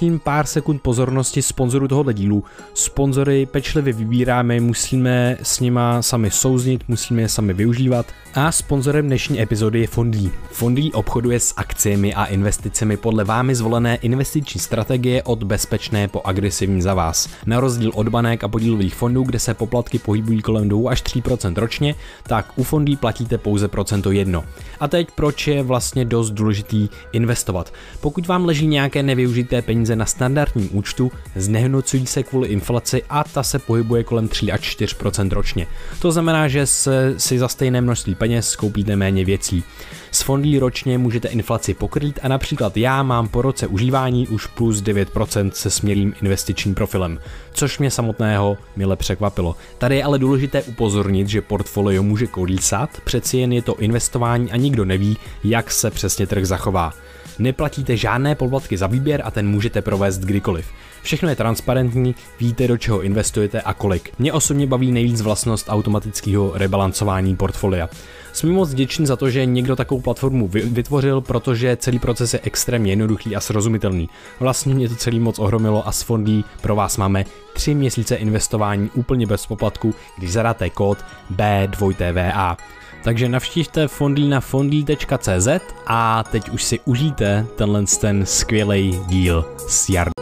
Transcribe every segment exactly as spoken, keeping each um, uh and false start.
poprosím pár sekund pozornosti sponzorů tohoto dílu. Sponzory pečlivě vybíráme, musíme s nima sami souznit, musíme je sami využívat. A sponzorem dnešní epizody je Fondly. Fondly obchoduje s akciemi a investicemi podle vámi zvolené investiční strategie od bezpečné po agresivní za vás. Na rozdíl od banek a podílových fondů, kde se poplatky pohybují kolem dva až tři procenta ročně, tak u Fondly platíte pouze procento jedno. A teď proč je vlastně dost důležitý investovat? Pokud vám leží nějaké nevyužité peníze na standardním účtu, znehodnocují se kvůli inflaci a ta se pohybuje kolem tři až čtyři procenta ročně. To znamená, že se, si za stejné množství peněz koupíte méně věcí. S Fondly ročně můžete inflaci pokrýt a například já mám po roce užívání už plus devět procent se smělým investičním profilem, což mě samotného mile překvapilo. Tady je ale důležité upozornit, že portfolio může kolísat, přeci jen je to investování a nikdo neví, jak se přesně trh zachová. Neplatíte žádné poplatky za výběr a ten můžete provést kdykoliv. Všechno je transparentní, víte, do čeho investujete a kolik. Mě osobně baví nejvíc vlastnost automatického rebalancování portfolia. Jsem moc vděčný za to, že někdo takovou platformu vytvořil, protože celý proces je extrémně jednoduchý a srozumitelný. Vlastně mě to celý moc ohromilo a s Fondly pro vás máme tři měsíce investování úplně bez poplatku, když zadáte kód B dva T V A. Takže navštívte Fondly na fondly tečka cé zet a teď už si užijte tenhle ten skvělý díl s Jardou.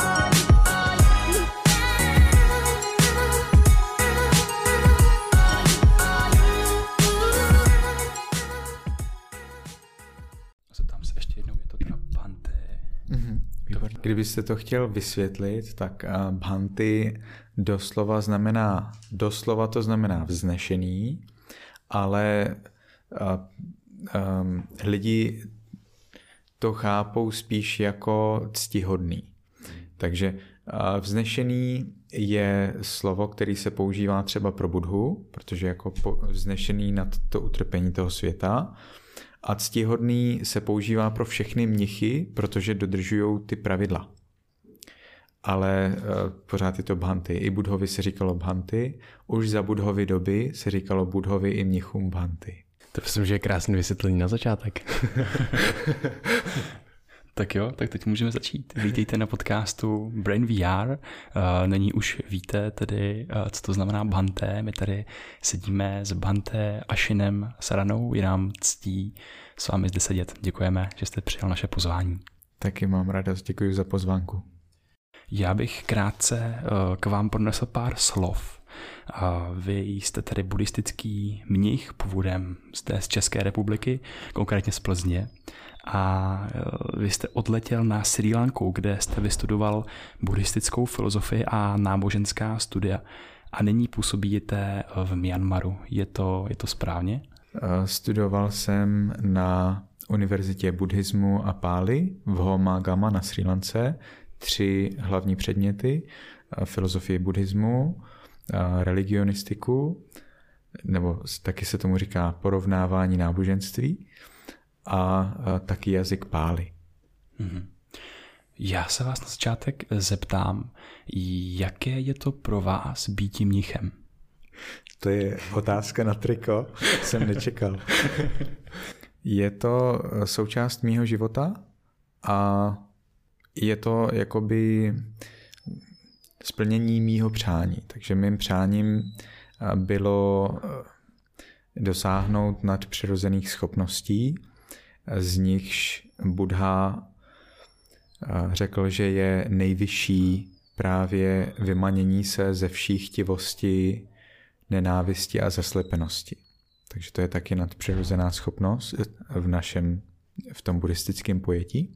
Zeptám se ještě jednou, je to teda Bhante. Mm-hmm. Kdybyste to chtěl vysvětlit, tak uh, Bhante doslova znamená, doslova to znamená vznešený, ale uh, um, lidi to chápou spíš jako ctihodný. Takže uh, vznešený je slovo, který se používá třeba pro Budhu, protože jako po, vznešený nad to utrpení toho světa. A ctihodný se používá pro všechny mnichy, protože dodržují ty pravidla. Ale uh, pořád je to Bhante. I Budhovi se říkalo Bhante, už za Budhovy doby se říkalo Budhovi i mnichům Bhante. To myslím, že je krásné vysvětlení na začátek. Tak jo, tak teď můžeme začít. Vítejte na podcastu Brain V R. Uh, nyní už víte tedy, uh, co to znamená Bhante. My tady sedíme s Bhante Ashinem Saranou. Je nám ctí s vámi zde sedět. Děkujeme, že jste přijal naše pozvání. Taky mám radost, děkuji za pozvánku. Já bych krátce uh, k vám pronesl pár slov. Uh, vy jste tedy buddhistický mnich původem zde z České republiky, konkrétně z Plzně. A vy jste odletěl na Srí Lanku, kde jste vystudoval buddhistickou filozofii a náboženská studia. A nyní působíte v Myanmaru. Je to, je to správně? Studoval jsem na Univerzitě buddhismu a Páli v Homagama na Srí Lance. Tři hlavní předměty. Filozofii buddhismu, religionistiku, nebo taky se tomu říká porovnávání náboženství, a taky jazyk Páli. Mm-hmm. Já se vás na začátek zeptám, jaké je to pro vás býti mnichem? To je otázka na triko, jsem nečekal. Je to součást mýho života a je to jakoby splnění mýho přání. Takže mým přáním bylo dosáhnout nadpřirozených schopností, z nichž Buddha řekl, že je nejvyšší právě vymanění se ze vší chtivosti, nenávisti a zaslepenosti. Takže to je taky nadpřirozená schopnost v našem, v tom buddhistickém pojetí.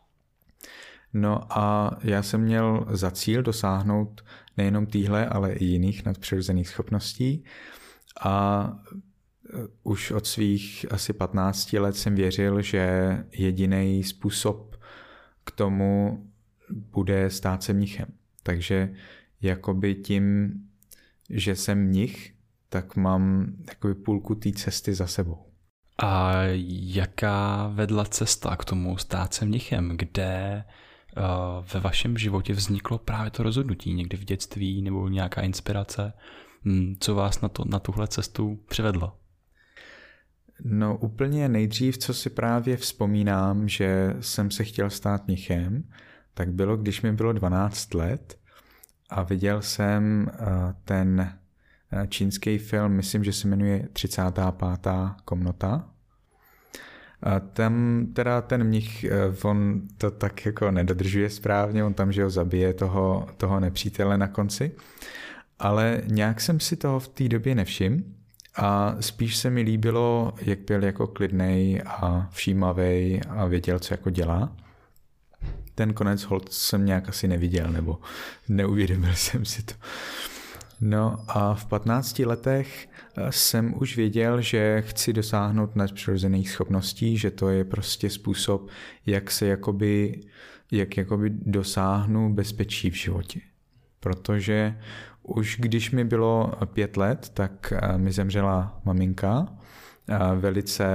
No a já jsem měl za cíl dosáhnout nejenom týhle, ale i jiných nadpřirozených schopností. A už od svých asi patnácti let jsem věřil, že jediný způsob k tomu bude stát se mnichem. Takže jakoby tím, že jsem mnich, tak mám jakoby půlku té cesty za sebou. A jaká vedla cesta k tomu stát se mnichem? Kde uh, ve vašem životě vzniklo právě to rozhodnutí? Někdy v dětství nebo nějaká inspirace? Hmm, co vás na, to, na tuhle cestu přivedlo? No úplně nejdřív, co si právě vzpomínám, že jsem se chtěl stát mnichem, tak bylo, když mi bylo dvanáct let a viděl jsem ten čínský film, myslím, že se jmenuje třicátá pátá komnata. A tam teda ten mnich, on to tak jako nedodržuje správně, on tam, že ho zabije toho, toho nepřítele na konci, ale nějak jsem si toho v té době nevšiml a spíš se mi líbilo, jak byl jako klidnej a všímavej a věděl, co jako dělá. Ten konec holt jsem nějak asi neviděl, nebo neuvědomil jsem si to. No a v patnácti letech jsem už věděl, že chci dosáhnout nadpřirozených schopností, že to je prostě způsob, jak se jakoby, jak jakoby dosáhnu bezpečí v životě. Protože už když mi bylo pět let, tak mi zemřela maminka velice,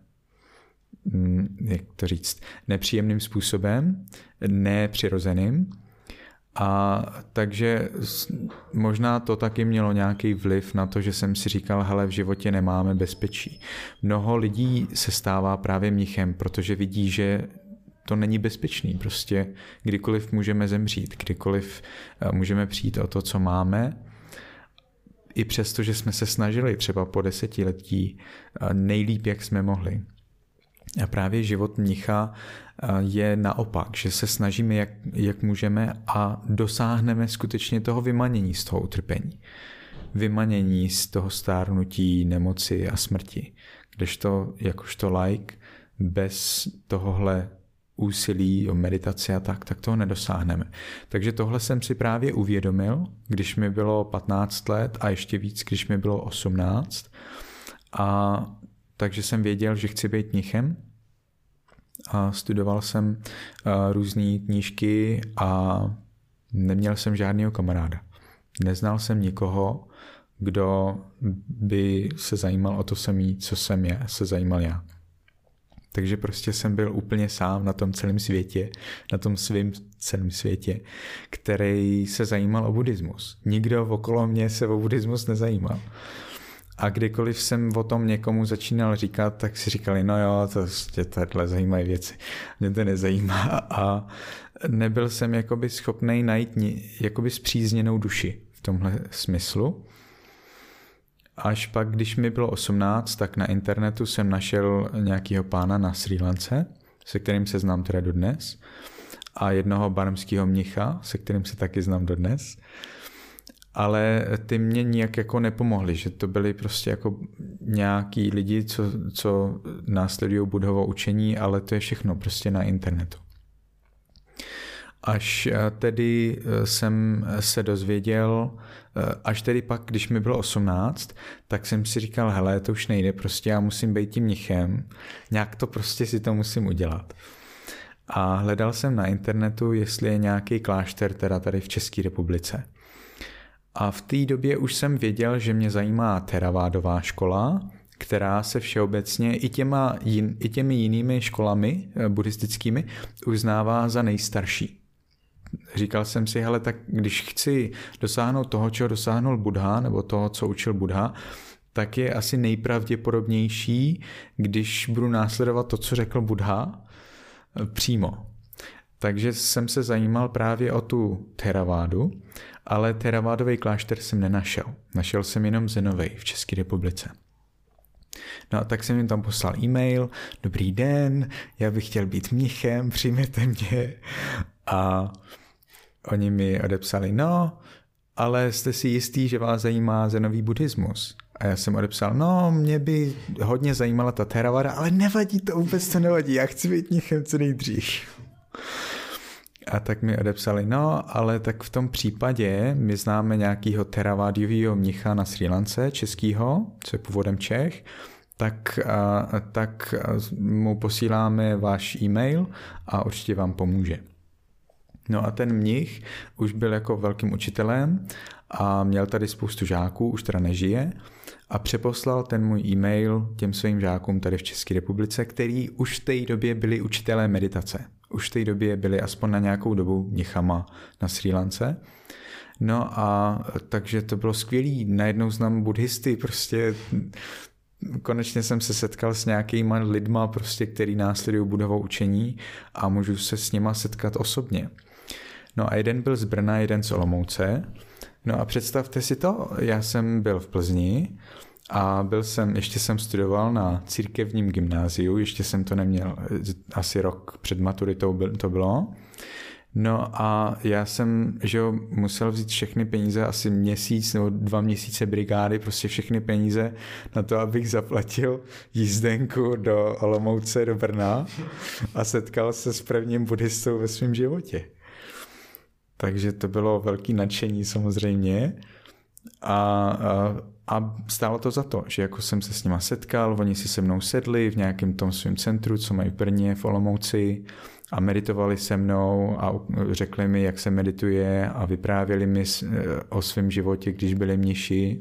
jak to říct, nepříjemným způsobem, nepřirozeným. A takže možná to taky mělo nějaký vliv na to, že jsem si říkal, hele, v životě nemáme bezpečí. Mnoho lidí se stává právě mnichem, protože vidí, že to není bezpečný. Prostě kdykoliv můžeme zemřít, kdykoliv můžeme přijít o to, co máme. I přesto, že jsme se snažili třeba po desetiletí nejlíp, jak jsme mohli. A právě život mnicha je naopak, že se snažíme, jak, jak můžeme a dosáhneme skutečně toho vymanění z toho utrpení. Vymanění z toho stárnutí, nemoci a smrti. Kdežto jakožto laik bez tohohle úsilí o meditaci a tak, tak toho nedosáhneme. Takže tohle jsem si právě uvědomil, když mi bylo patnáct let a ještě víc, když mi bylo osmnáct. A takže jsem věděl, že chci být mnichem a studoval jsem různé knížky a neměl jsem žádného kamaráda. Neznal jsem nikoho, kdo by se zajímal o to samé, co jsem já, se zajímal já. Takže prostě jsem byl úplně sám na tom celém světě, na tom svém celém světě, který se zajímal o buddhismus. Nikdo okolo mě se o buddhismus nezajímal. A kdykoliv jsem o tom někomu začínal říkat, tak si říkali, no jo, to je tahle zajímavé věci. Mě to nezajímá a nebyl jsem jakoby schopnej najít jakoby spřízněnou duši v tomhle smyslu. Až pak, když mi bylo osmnáct, tak na internetu jsem našel nějakého pána na Srí Lance, se kterým se znám teda dodnes, a jednoho barmského mnicha, se kterým se taky znám dodnes. Ale ty mě nijak jako nepomohly, že to byli prostě jako nějaký lidi, co, co následují Buddhovo učení, ale to je všechno prostě na internetu. Až tedy jsem se dozvěděl, až tedy pak, když mi bylo osmnáct, tak jsem si říkal, hele, to už nejde, prostě já musím být tím mnichem, nějak to prostě si to musím udělat. A hledal jsem na internetu, jestli je nějaký klášter teda tady v České republice. A v té době už jsem věděl, že mě zajímá Theravádová škola, která se všeobecně i, těma, i těmi jinými školami buddhistickými uznává za nejstarší. Říkal jsem si, hele, tak když chci dosáhnout toho, čeho dosáhnul Buddha, nebo toho, co učil Buddha, tak je asi nejpravděpodobnější, když budu následovat to, co řekl Buddha, přímo. Takže jsem se zajímal právě o tu Theravádu, ale Theravádový klášter jsem nenašel. Našel jsem jenom Zenovej v České republice. No a tak jsem jim tam poslal e-mail, dobrý den, já bych chtěl být mnichem, přijměte mě. A oni mi odepsali, no, ale jste si jistý, že vás zajímá zenový buddhismus? A já jsem odepsal, no, mě by hodně zajímala ta Theravada, ale nevadí, to vůbec to nevadí, já chci být mnichem co nejdřív. A tak mi odepsali, no, ale tak v tom případě my známe nějakýho Theravádovýho mnicha na Srí Lance, českýho, co je původem Čech, tak, a, tak mu posíláme váš e-mail a určitě vám pomůže. No a ten mnich už byl jako velkým učitelem a měl tady spoustu žáků, už teda nežije, a přeposlal ten můj e-mail těm svým žákům tady v České republice, který už v té době byli učitelé meditace. Už v té době byli aspoň na nějakou dobu mnichama na Srí Lance. No a takže to bylo skvělý. Najednou znám buddhisty, prostě konečně jsem se setkal s nějakýma lidma, prostě, který následují Buddhovo učení a můžu se s nima setkat osobně. No a jeden byl z Brna, jeden z Olomouce. No a představte si to, já jsem byl v Plzni a byl jsem, ještě jsem studoval na církevním gymnáziu, ještě jsem to neměl, asi rok před maturitou to bylo. No a já jsem, že jo, musel vzít všechny peníze, asi měsíc nebo dva měsíce brigády, prostě všechny peníze na to, abych zaplatil jízdenku do Olomouce, do Brna a setkal se s prvním buddhistou ve svém životě. Takže to bylo velké nadšení samozřejmě a, a, a stálo to za to, že jako jsem se s nima setkal, oni si se mnou sedli v nějakém tom svém centru, co mají v Brně, v Olomouci a meditovali se mnou a řekli mi, jak se medituje a vyprávěli mi o svém životě, když byli mniši.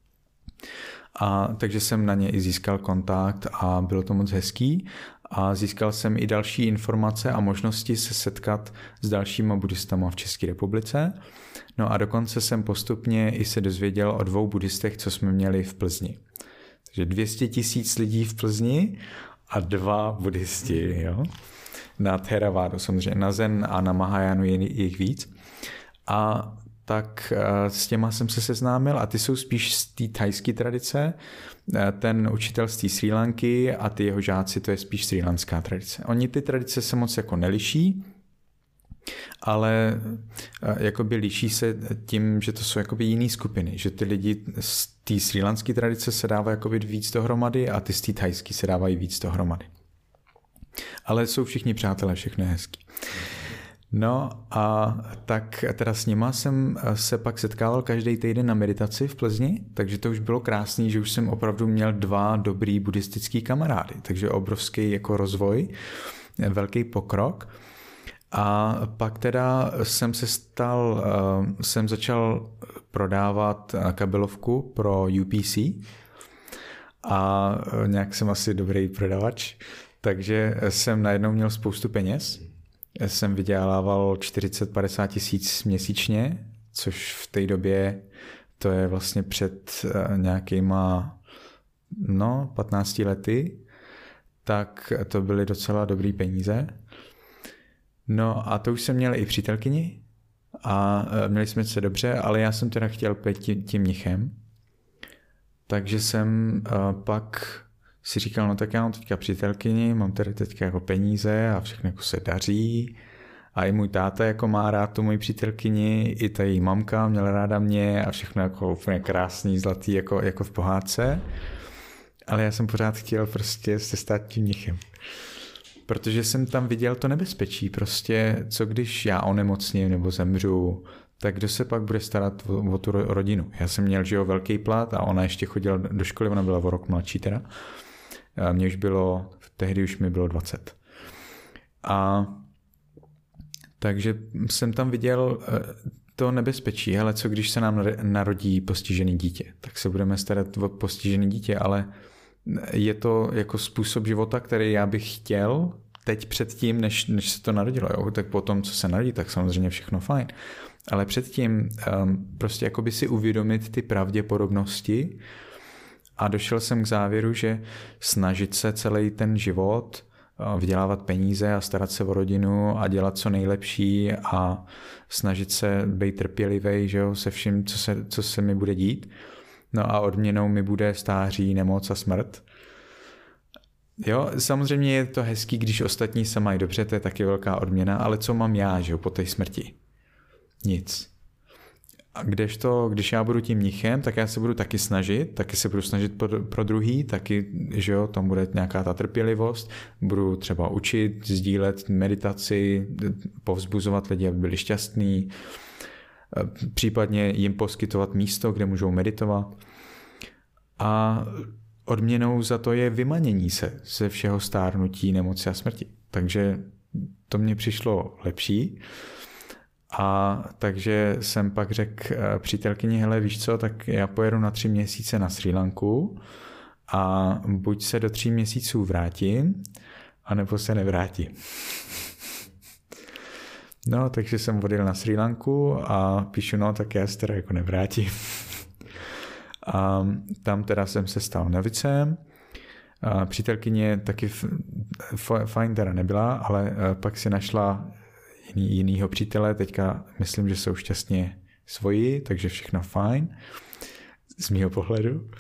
A takže jsem na ně i získal kontakt a bylo to moc hezký. A získal jsem i další informace a možnosti se setkat s dalšíma buddhistama v České republice. No a dokonce jsem postupně i se dozvěděl o dvou buddhistech, co jsme měli v Plzni. Takže dvě stě tisíc lidí v Plzni a dva buddhisti, jo. Na Theravadu samozřejmě, na Zen a na Mahajánu je jich víc. A tak s těma jsem se seznámil a ty jsou spíš z té thajské tradice. Ten učitel z té Srí Lanky a ty jeho žáci, to je spíš srílanská tradice. Oni ty tradice se moc jako neliší, ale jakoby liší se tím, že to jsou jakoby jiný skupiny, že ty lidi z té srílanské tradice se dávají jakoby víc dohromady a ty z té thajské se dávají víc dohromady. Ale jsou všichni přátelé, všechno je hezký. No a tak teda s nima jsem se pak setkával každý týden na meditaci v Plzni, takže to už bylo krásný, že už jsem opravdu měl dva dobrý buddhistický kamarády, takže obrovský jako rozvoj, velký pokrok. A pak teda jsem se stal, jsem začal prodávat kabelovku pro U P C a nějak jsem asi dobrý prodavač, takže jsem najednou měl spoustu peněz. Jsem vydělával čtyřicet padesát tisíc měsíčně, což v té době to je vlastně před nějakýma no, patnácti lety, tak to byly docela dobrý peníze. No a to už jsem měl i přítelkyni a měli jsme se dobře, ale já jsem teda chtěl pít tím mnichem. Takže jsem pak si říkal, no tak já mám teďka přítelkyni, mám tady teďka jako peníze a všechno jako se daří. A i můj táta jako má rád tu moji přítelkyni, i ta její mamka měla ráda mě a všechno jako úplně krásný, zlatý, jako, jako v pohádce. Ale já jsem pořád chtěl prostě se stát tím mnichem. Protože jsem tam viděl to nebezpečí. Prostě co když já onemocním nebo zemřu, tak kdo se pak bude starat o, o tu rodinu. Já jsem měl, že jo, velký plat a ona ještě chodila do školy, ona byla o rok mladší teda. A mně už bylo, tehdy už mi bylo dvacet. A takže jsem tam viděl to nebezpečí, ale co když se nám narodí postižený dítě, tak se budeme starat o postižený dítě, ale je to jako způsob života, který já bych chtěl teď předtím, než, než se to narodilo. Jo? Tak potom, co se narodí, tak samozřejmě všechno fajn. Ale předtím um, prostě jakoby si uvědomit ty pravděpodobnosti a došel jsem k závěru, že snažit se celý ten život vydělávat peníze a starat se o rodinu a dělat co nejlepší a snažit se být trpělivý, že jo, se vším, co se, co se mi bude dít. No a odměnou mi bude stáří, nemoc a smrt. Jo, samozřejmě je to hezký, když ostatní se mají dobře, to je taky velká odměna, ale co mám já, že jo, po té smrti? Nic. A kdežto, když já budu tím mnichem, tak já se budu taky snažit, taky se budu snažit pro, pro druhý, taky, že jo, tam bude nějaká ta trpělivost, budu třeba učit, sdílet meditaci, povzbuzovat lidi, aby byli šťastní, případně jim poskytovat místo, kde můžou meditovat. A odměnou za to je vymanění se ze všeho stárnutí, nemoci a smrti. Takže to mně přišlo lepší. A takže jsem pak řekl přítelkyni, hele, víš co, tak já pojedu na tři měsíce na Srí Lanku a buď se do tří měsíců vrátím, anebo se nevrátím. No, takže jsem odjel na Srí Lanku a píšu, no, tak já se teda jako nevrátím. A tam teda jsem se stal novicem. A přítelkyně taky fajn teda nebyla, ale pak si našla jiný, jinýho přítele, teďka myslím, že jsou šťastně svoji, takže všechno fajn z mýho pohledu.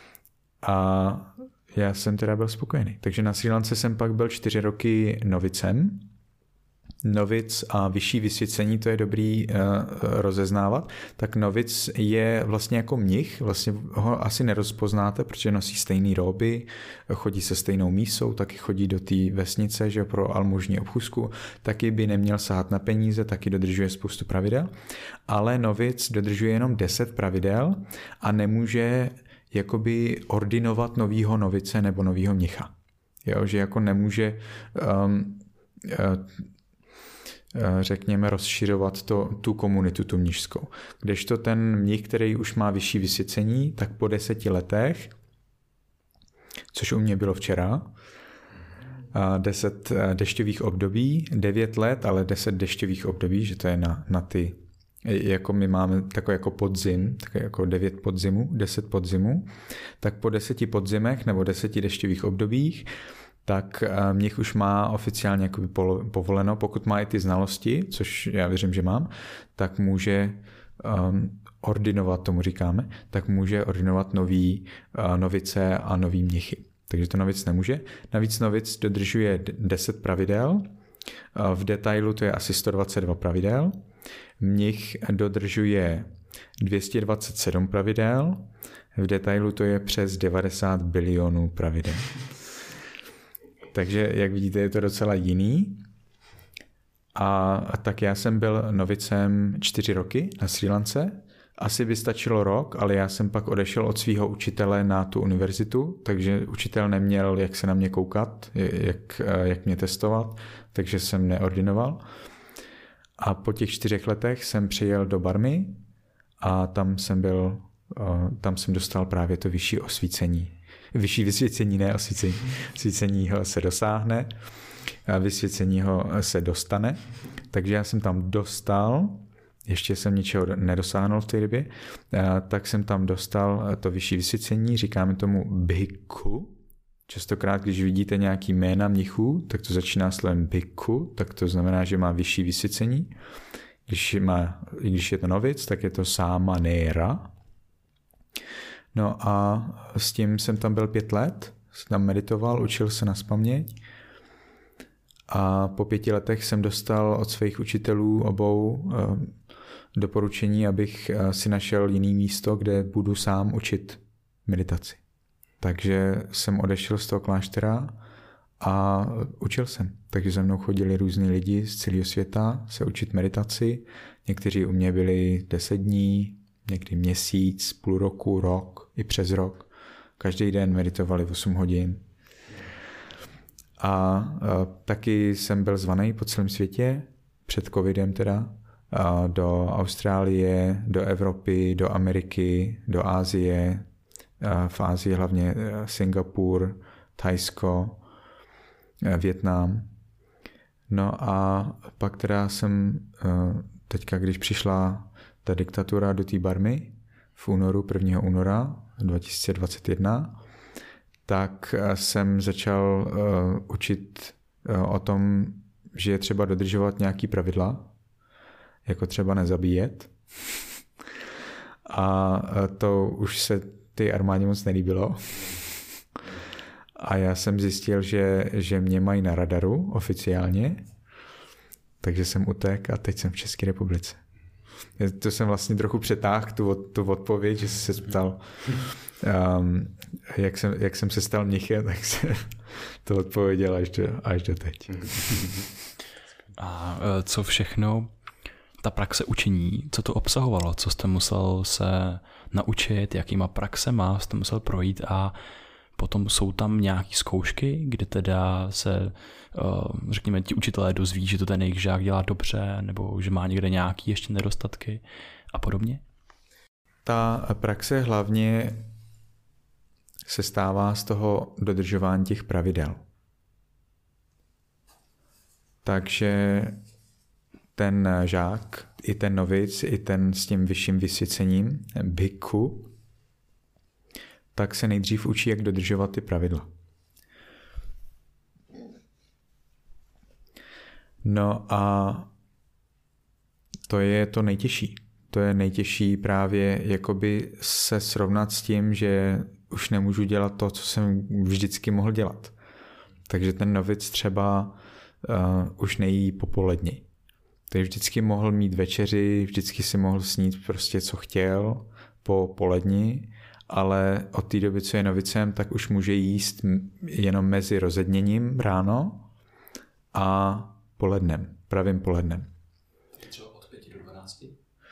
A já jsem teda byl spokojený. Takže na Srí Lance jsem pak byl čtyři roky novicem. Novic a vyšší vysvěcení, to je dobrý uh, rozeznávat. Tak novic je vlastně jako mnich, vlastně ho asi nerozpoznáte, protože nosí stejný róby, chodí se stejnou mísou, taky chodí do té vesnice, že pro almužní obchůzku, taky by neměl sahat na peníze, taky dodržuje spoustu pravidel, ale novic dodržuje jenom deset pravidel a nemůže jakoby ordinovat novýho novice nebo novýho mnicha. Jo, že jako nemůže um, uh, řekněme, rozšiřovat to, tu komunitu, tu mnišskou. Kdežto ten mnich, který už má vyšší vysvěcení, tak po deseti letech, což u mě bylo včera, deset dešťových období, devět let, ale deset dešťových období, že to je na, na ty, jako my máme takový jako podzim, takový jako devět podzimů, deset podzimů, tak po deseti podzimech nebo deseti dešťových obdobích tak mnich už má oficiálně jakoby povoleno, pokud má i ty znalosti, což já věřím, že mám, tak může um, ordinovat, tomu říkáme, tak může ordinovat nový uh, novice a nový mnichy. Takže to novic nemůže. Navíc novic dodržuje deset pravidel, uh, v detailu to je asi sto dvacet dva pravidel, mnich dodržuje dvě stě dvacet sedm pravidel, v detailu to je přes devadesát bilionů pravidel. Takže, jak vidíte, je to docela jiný. A tak já jsem byl novicem čtyři roky na Srí Lance. Asi by stačilo rok, ale já jsem pak odešel od svého učitele na tu univerzitu, takže učitel neměl, jak se na mě koukat, jak, jak mě testovat, takže jsem neordinoval. A po těch čtyřech letech jsem přijel do Barmy a tam jsem byl, tam jsem dostal právě to vyšší osvícení. Vyšší vysvěcení, ne osvícení. Vysvěcení ho se dosáhne, a vysvěcení ho se dostane. Takže já jsem tam dostal, ještě jsem ničeho nedosáhnul v té době, tak jsem tam dostal to vyšší vysvěcení, říkáme tomu bhikkhu. Častokrát, když vidíte nějaký jména mnichů, tak to začíná slovem bhikkhu, tak to znamená, že má vyšší vysvěcení. Když, má, když je to novic, tak je to samanera. No a s tím jsem tam byl pět let, jsem tam meditoval, učil se nazpaměť a po pěti letech jsem dostal od svých učitelů obou doporučení, abych si našel jiný místo, kde budu sám učit meditaci. Takže jsem odešel z toho kláštera a učil jsem. Takže za mnou chodili různí lidi z celého světa se učit meditaci. Někteří u mě byli deset dní, někdy měsíc, půl roku, rok, i přes rok. Každý den meditovali osm hodin. A, a taky jsem byl zvaný po celém světě, před covidem teda, a do Austrálie, do Evropy, do Ameriky, do Asie, a v Asii hlavně Singapur, Thajsko, Vietnam. No a pak teda jsem, teďka když přišla ta diktatura do té Barmy v únoru, prvního února dva tisíce dvacet jedna, tak jsem začal uh, učit uh, o tom, že je třeba dodržovat nějaký pravidla, jako třeba nezabíjet. A to už se ty armádě moc nelíbilo. A já jsem zjistil, že, že mě mají na radaru oficiálně, takže jsem utek a teď jsem v České republice. To jsem vlastně trochu přetáhl tu, tu odpověď, že jsi se ptal, um, jak, jsem, jak jsem se stal mnichem, tak se to odpověděl až do, až do teď. A co všechno ta praxe učení, co to obsahovalo? Co jste musel se naučit, jakýma praxema jste musel projít a potom jsou tam nějaké zkoušky, kde teda se, řekněme, ti učitelé dozví, že to ten jejich žák dělá dobře, nebo že má někde nějaké ještě nedostatky a podobně? Ta praxe hlavně se stává z toho dodržování těch pravidel. Takže ten žák, i ten novic, i ten s tím vyšším vysvěcením, bhikkhu, tak se nejdřív učí, jak dodržovat ty pravidla. No a to je to nejtěžší. To je nejtěžší právě jakoby se srovnat s tím, že už nemůžu dělat to, co jsem vždycky mohl dělat. Takže ten novic třeba uh, už nejí popolední. Takže vždycky mohl mít večeři, vždycky si mohl snít prostě, co chtěl po poledni, ale od té doby, co je novicem, tak už může jíst jenom mezi rozedněním ráno a polednem, pravým polednem. Třeba od pěti do dvanácti?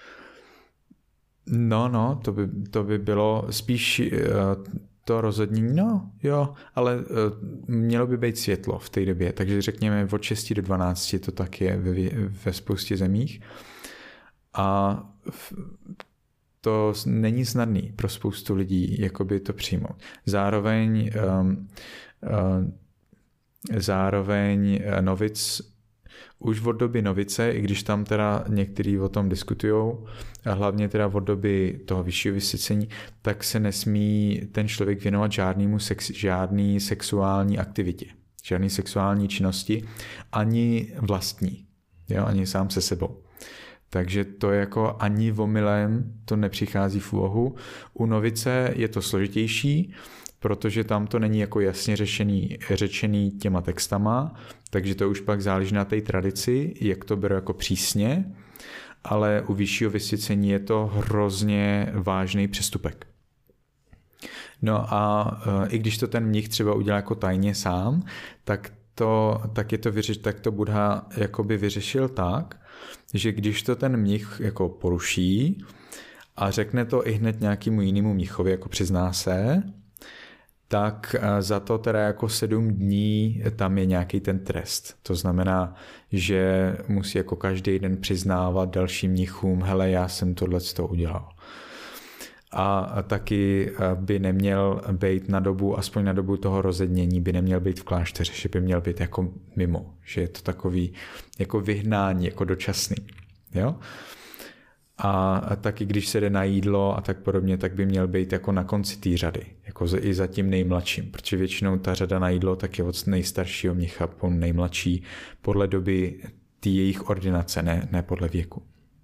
No, no, to by, to by bylo spíš uh, to rozhodnění, no jo, ale uh, mělo by být světlo v té době, takže řekněme od šesti do dvanácti to tak je ve, ve spoustě zemích. A v, to není snadný pro spoustu lidí jakoby to přijmout. Zároveň um, uh, zároveň novic už od doby novice, i když tam teda někteří o tom diskutujou, a hlavně teda od doby toho vyššího vysvěcení, tak se nesmí ten člověk věnovat žádnému sex, žádný sexuální aktivitě, žádný sexuální činnosti, ani vlastní, jo, ani sám se sebou. Takže to jako ani omylem to nepřichází v úvahu. U novice je to složitější, protože tam to není jako jasně řešený, řečený těma textama, takže to už pak záleží na té tradici, jak to beru jako přísně, ale u vyššího vysvěcení je to hrozně vážný přestupek. No a uh, i když to ten mnich třeba udělá jako tajně sám, tak to, tak je to vyřeš, tak to Buddha jakoby vyřešil tak, že když to ten mnich jako poruší a řekne to i hned nějakému jinému mnichovi, jako přizná se, tak za to teda jako sedm dní tam je nějaký ten trest. To znamená, že musí jako každý den přiznávat dalším mnichům, hele, já jsem tohleto udělal. A taky by neměl být na dobu, aspoň na dobu toho rozednění, by neměl být v klášteře, že by měl být jako mimo, že je to takový jako vyhnání, jako dočasný. Jo? A taky když se jde na jídlo a tak podobně, tak by měl být jako na konci té řady, jako i za tím nejmladším, protože většinou ta řada na jídlo tak je od nejstaršího mnicha po nejmladší podle doby té jejich ordinace, ne, ne podle věku.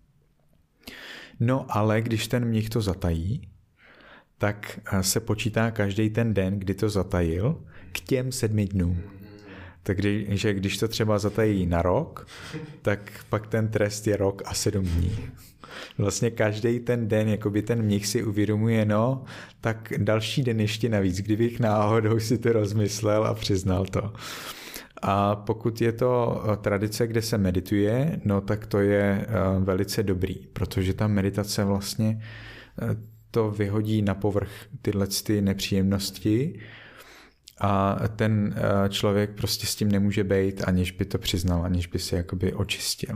No ale když ten mnich to zatají, tak se počítá každý ten den, kdy to zatajil, k těm sedmi dnům. Takže když to třeba zatají na rok, tak pak ten trest je rok a sedm dní. Vlastně každý ten den, jakoby ten mnich si uvědomuje, no, tak další den ještě navíc, kdybych náhodou si to rozmyslel a přiznal to. A pokud je to tradice, kde se medituje, no tak to je velice dobrý, protože ta meditace vlastně to vyhodí na povrch tyhle ty nepříjemnosti a ten člověk prostě s tím nemůže být, aniž by to přiznal, aniž by se jakoby očistil.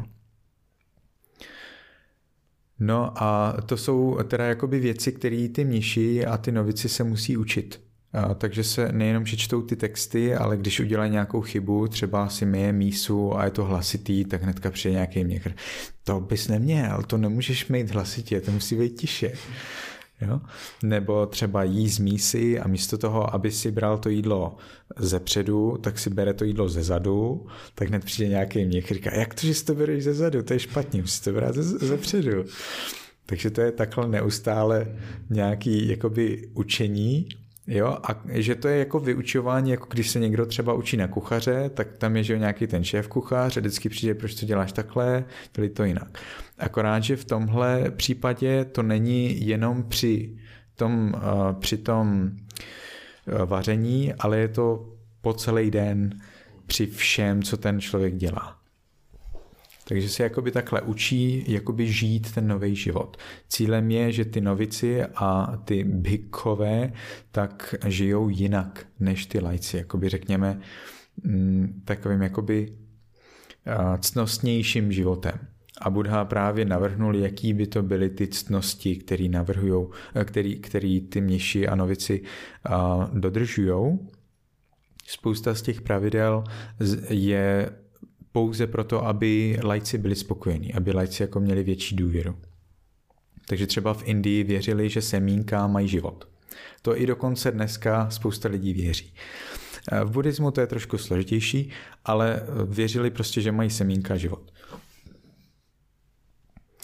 No a to jsou teda jakoby věci, které ty mniši a ty novici se musí učit. A takže se nejenom, že čtou ty texty, ale když udělají nějakou chybu, třeba si myje mísu a je to hlasitý, tak hnedka přijde nějaký mnich. To bys neměl, to nemůžeš mít hlasitě, to musí být tiše. Jo? Nebo třeba jí z mísy a místo toho, aby si bral to jídlo ze předu, tak si bere to jídlo ze zadu, tak hned přijde nějaký mnich, říká, jak to, že si to bereš ze zadu, to je špatně, musíš to brát ze, ze předu. Takže to je takhle neustále nějaký jakoby učení, jo, a že to je jako vyučování, jako když se někdo třeba učí na kuchaře, tak tam je, že nějaký ten šéf kuchař a vždycky přijde, proč to děláš takhle, dělej to jinak. Akorát, že v tomhle případě to není jenom při tom, uh, při tom uh, vaření, ale je to po celý den při všem, co ten člověk dělá. Takže se jakoby takhle učí jakoby žít ten nový život. Cílem je, že ty novici a ty bhikkhové tak žijou jinak než ty laici. Jakoby řekněme takovým jakoby ctnostnějším životem. A Buddha právě navrhnul, jaký by to byly ty ctnosti, který navrhujou, který, který ty mniši a novici dodržujou. Spousta z těch pravidel je pouze proto, aby laici byli spokojení, aby laici jako měli větší důvěru. Takže třeba v Indii věřili, že semínka mají život. To i dokonce dneska spousta lidí věří. V buddhismu to je trošku složitější, ale věřili prostě, že mají semínka život.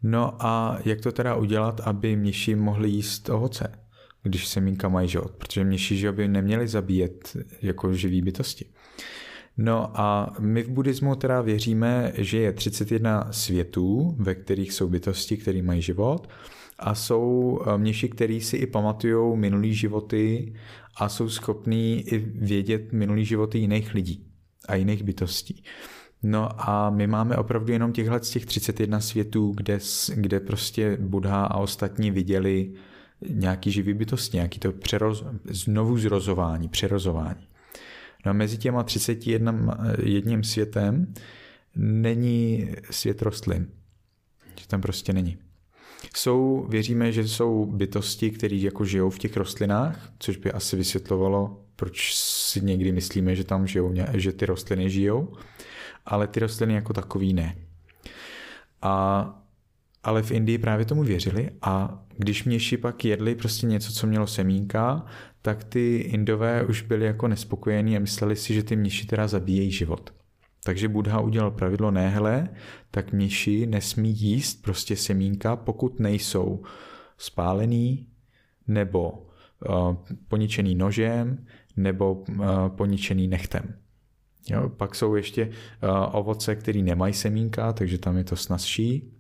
No a jak to teda udělat, aby mniši mohli jíst ovoce, když semínka mají život? Protože mniši, že by neměli zabíjet jako živý bytosti. No a my v buddhismu teda věříme, že je třicet jedna světů, ve kterých jsou bytosti, které mají život, a jsou mniši, kteří si i pamatujou minulý životy a jsou schopní i vědět minulý životy jiných lidí a jiných bytostí. No a my máme opravdu jenom těchhle z těch třicet jedna světů, kde, kde prostě Buddha a ostatní viděli nějaký živý bytosti, nějaký to přeroz, znovu zrozování, přerozování. No a mezi těma třicet jedna jedním světem není svět rostlin. Že tam prostě není. Jsou, věříme, že jsou bytosti, které jako žijou v těch rostlinách, což by asi vysvětlovalo, proč si někdy myslíme, že tam žijou, že ty rostliny žijou, ale ty rostliny jako takový ne. A, ale v Indii právě tomu věřili a když mniši pak jedli prostě něco, co mělo semínka, tak ty Indové už byli jako nespokojení a mysleli si, že ty mniši teda zabíjejí život. Takže Buddha udělal pravidlo, ne hele, tak mniši nesmí jíst prostě semínka, pokud nejsou spálený nebo uh, poničený nožem nebo uh, poničený nechtem. Jo, pak jsou ještě uh, ovoce, které nemají semínka, takže tam je to snazší.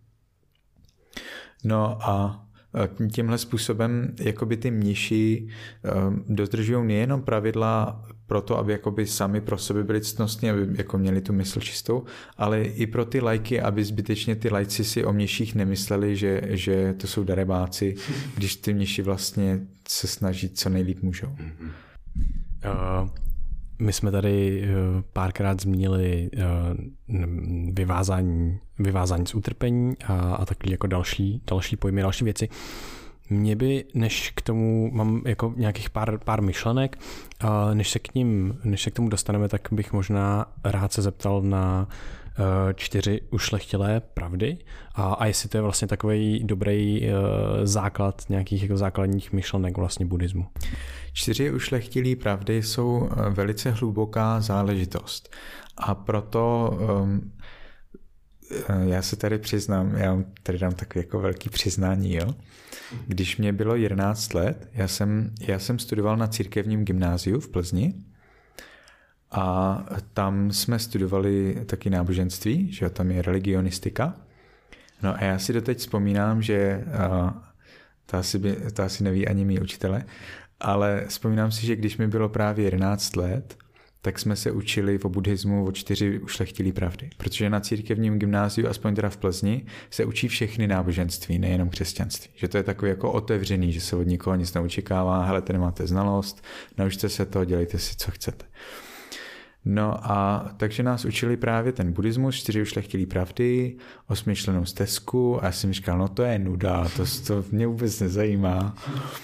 No a tímhle způsobem jakoby ty mniši dodržují nejenom pravidla pro to, aby jakoby sami pro sebe byli ctnostní, aby jako měli tu mysl čistou, ale i pro ty lajky, aby zbytečně ty lajci si o mniších nemysleli, že, že to jsou darebáci, když ty mniši vlastně se snaží co nejlíp můžou. Uh, my jsme tady párkrát zmínili vyvázání, vyvázání z utrpení a, a takový jako další, další pojmy, další věci. Mě by, než k tomu, mám jako nějakých pár, pár myšlenek, než se k ním, než se k tomu dostaneme, tak bych možná rád se zeptal na čtyři ušlechtilé pravdy a, a jestli to je vlastně takový dobrý základ nějakých jako základních myšlenek vlastně buddhismu. Čtyři ušlechtilé pravdy jsou velice hluboká záležitost a proto um, já se tady přiznám, já tady dám takové jako velké přiznání, jo. Když mě bylo jedenáct let, já jsem, já jsem studoval na církevním gymnáziu v Plzni a tam jsme studovali taky náboženství, že tam je religionistika. No a já si doteď vzpomínám, že to asi, by, to asi neví ani mý učitele, ale vzpomínám si, že když mi bylo právě jedenáct let, tak jsme se učili o buddhismu o čtyři ušlechtilé pravdy. Protože na církevním gymnáziu, aspoň teda v Plzni, se učí všechny náboženství, nejenom křesťanství. Že to je takový jako otevřený, že se od nikoho nic neočekává, hele, tady máte znalost, naučte se to, dělejte si, co chcete. No a takže nás učili právě ten buddhismus, čtyři ušlechtilé pravdy, osmičlennou stezku a já jsem říkal, no to je nuda, to, to mě vůbec nezajímá.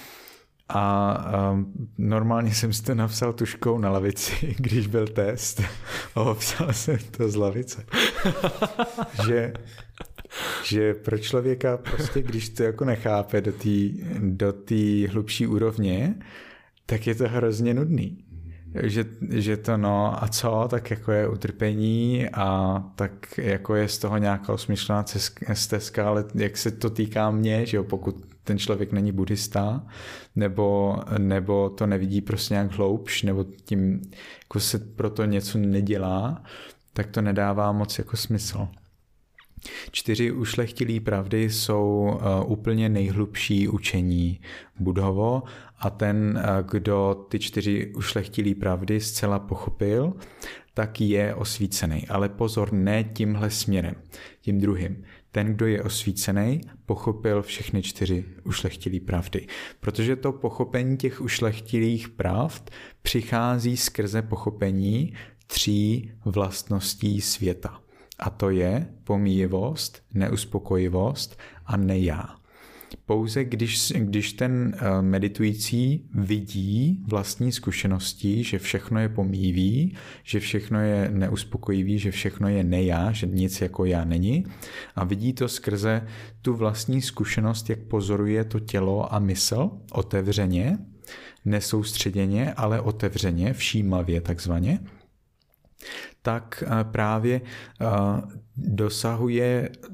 A um, normálně jsem si to napsal tuškou na lavici, když byl test a obsal jsem to z lavice. že, že pro člověka prostě, když to jako nechápe do té do té hlubší úrovně, tak je to hrozně nudný. Že, že to no a co, tak jako je utrpení a tak jako je z toho nějaká osmičlená stezka, ale jak se to týká mě, že jo, pokud ten člověk není buddhista, nebo, nebo to nevidí prostě nějak hloubš, nebo tím jako se proto něco nedělá, tak to nedává moc jako smysl. Čtyři ušlechtilé pravdy jsou uh, úplně nejhlubší učení Buddhovo a ten, uh, kdo ty čtyři ušlechtilé pravdy zcela pochopil, tak je osvícený. Ale pozor, ne tímhle směrem, tím druhým. Ten, kdo je osvícený, pochopil všechny čtyři ušlechtilé pravdy. Protože to pochopení těch ušlechtilých pravd přichází skrze pochopení tří vlastností světa. A to je pomíjivost, neuspokojivost a nejá. Pouze když, když ten meditující vidí vlastní zkušeností, že všechno je pomíjivý, že všechno je neuspokojivý, že všechno je nejá, že nic jako já není a vidí to skrze tu vlastní zkušenost, jak pozoruje to tělo a mysl otevřeně, nesoustředěně, ale otevřeně, všímavě takzvaně, tak právě dosahuje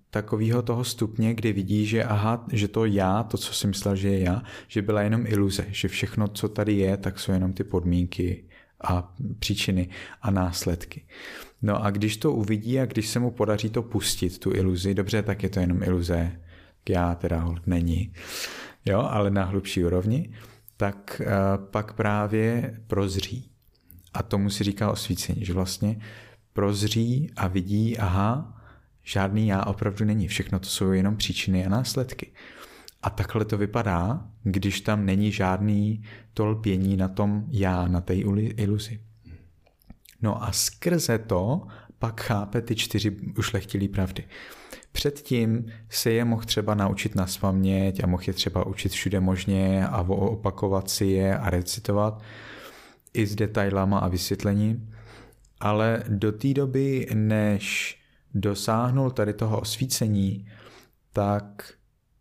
takového toho stupně, kdy vidí, že aha, že to já, to, co si myslel, že je já, že byla jenom iluze, že všechno, co tady je, tak jsou jenom ty podmínky a příčiny a následky. No a když to uvidí a když se mu podaří to pustit, tu iluzi, dobře, tak je to jenom iluze, já teda není, jo, ale na hlubší úrovni, tak uh, pak právě prozří. A tomu si říká osvícení, že vlastně prozří a vidí, aha, žádný já opravdu není, všechno to jsou jenom příčiny a následky. A takhle to vypadá, když tam není žádný to lpění na tom já, na té iluzi. No a skrze to pak chápe ty čtyři ušlechtilé pravdy. Předtím se je mohl třeba naučit naspaměť a mohl je třeba učit všude možně a opakovat si je a recitovat i s detailama a vysvětlením, ale do té doby, než dosáhnul tady toho osvícení, tak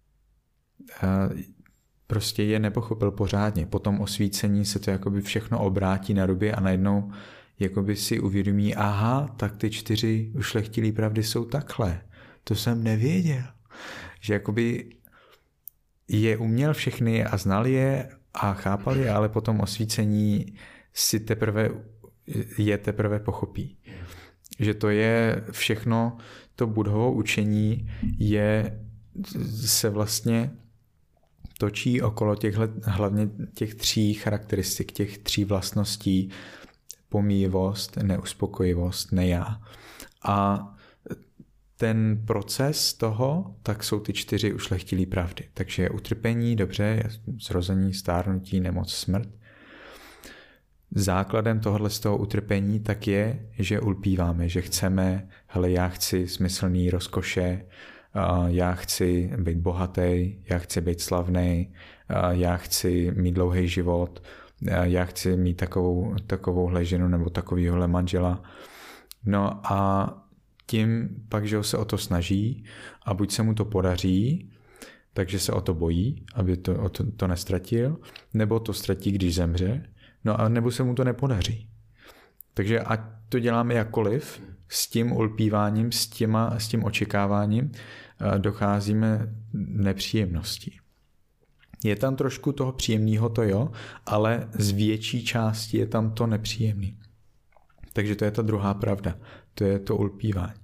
prostě je nepochopil pořádně. Po tom osvícení se to jakoby všechno obrátí na ruby a najednou jakoby si uvědomí, aha, tak ty čtyři ušlechtilé pravdy jsou takhle. To jsem nevěděl. Že jakoby je uměl všechny a znal je a chápal je, ale po tom osvícení si teprve je teprve pochopí. Že to je všechno, to Buddhovo učení je, se vlastně točí okolo těchhle, hlavně těch tří charakteristik, těch tří vlastností, pomíjivost, neuspokojivost, nejá. A ten proces toho, tak jsou ty čtyři ušlechtilé pravdy. Takže je utrpení, dobře, je zrození, stárnutí, nemoc, smrt. Základem tohohle z toho utrpení tak je, že ulpíváme, že chceme, hele, já chci smyslný rozkoše, já chci být bohatý, já chci být slavný, já chci mít dlouhý život, já chci mít takovou, takovouhle ženu nebo takovýhle manžela. No a tím pak, že se o to snaží a buď se mu to podaří, takže se o to bojí, aby to, o to, to nestratil, nebo to ztratí, když zemře, no a nebo se mu to nepodaří. Takže ať to děláme jakkoliv, s tím ulpíváním, s, těma, s tím očekáváním docházíme nepříjemností. Je tam trošku toho příjemného, to jo, ale z větší části je tam to nepříjemné. Takže to je ta druhá pravda, to je to ulpívání.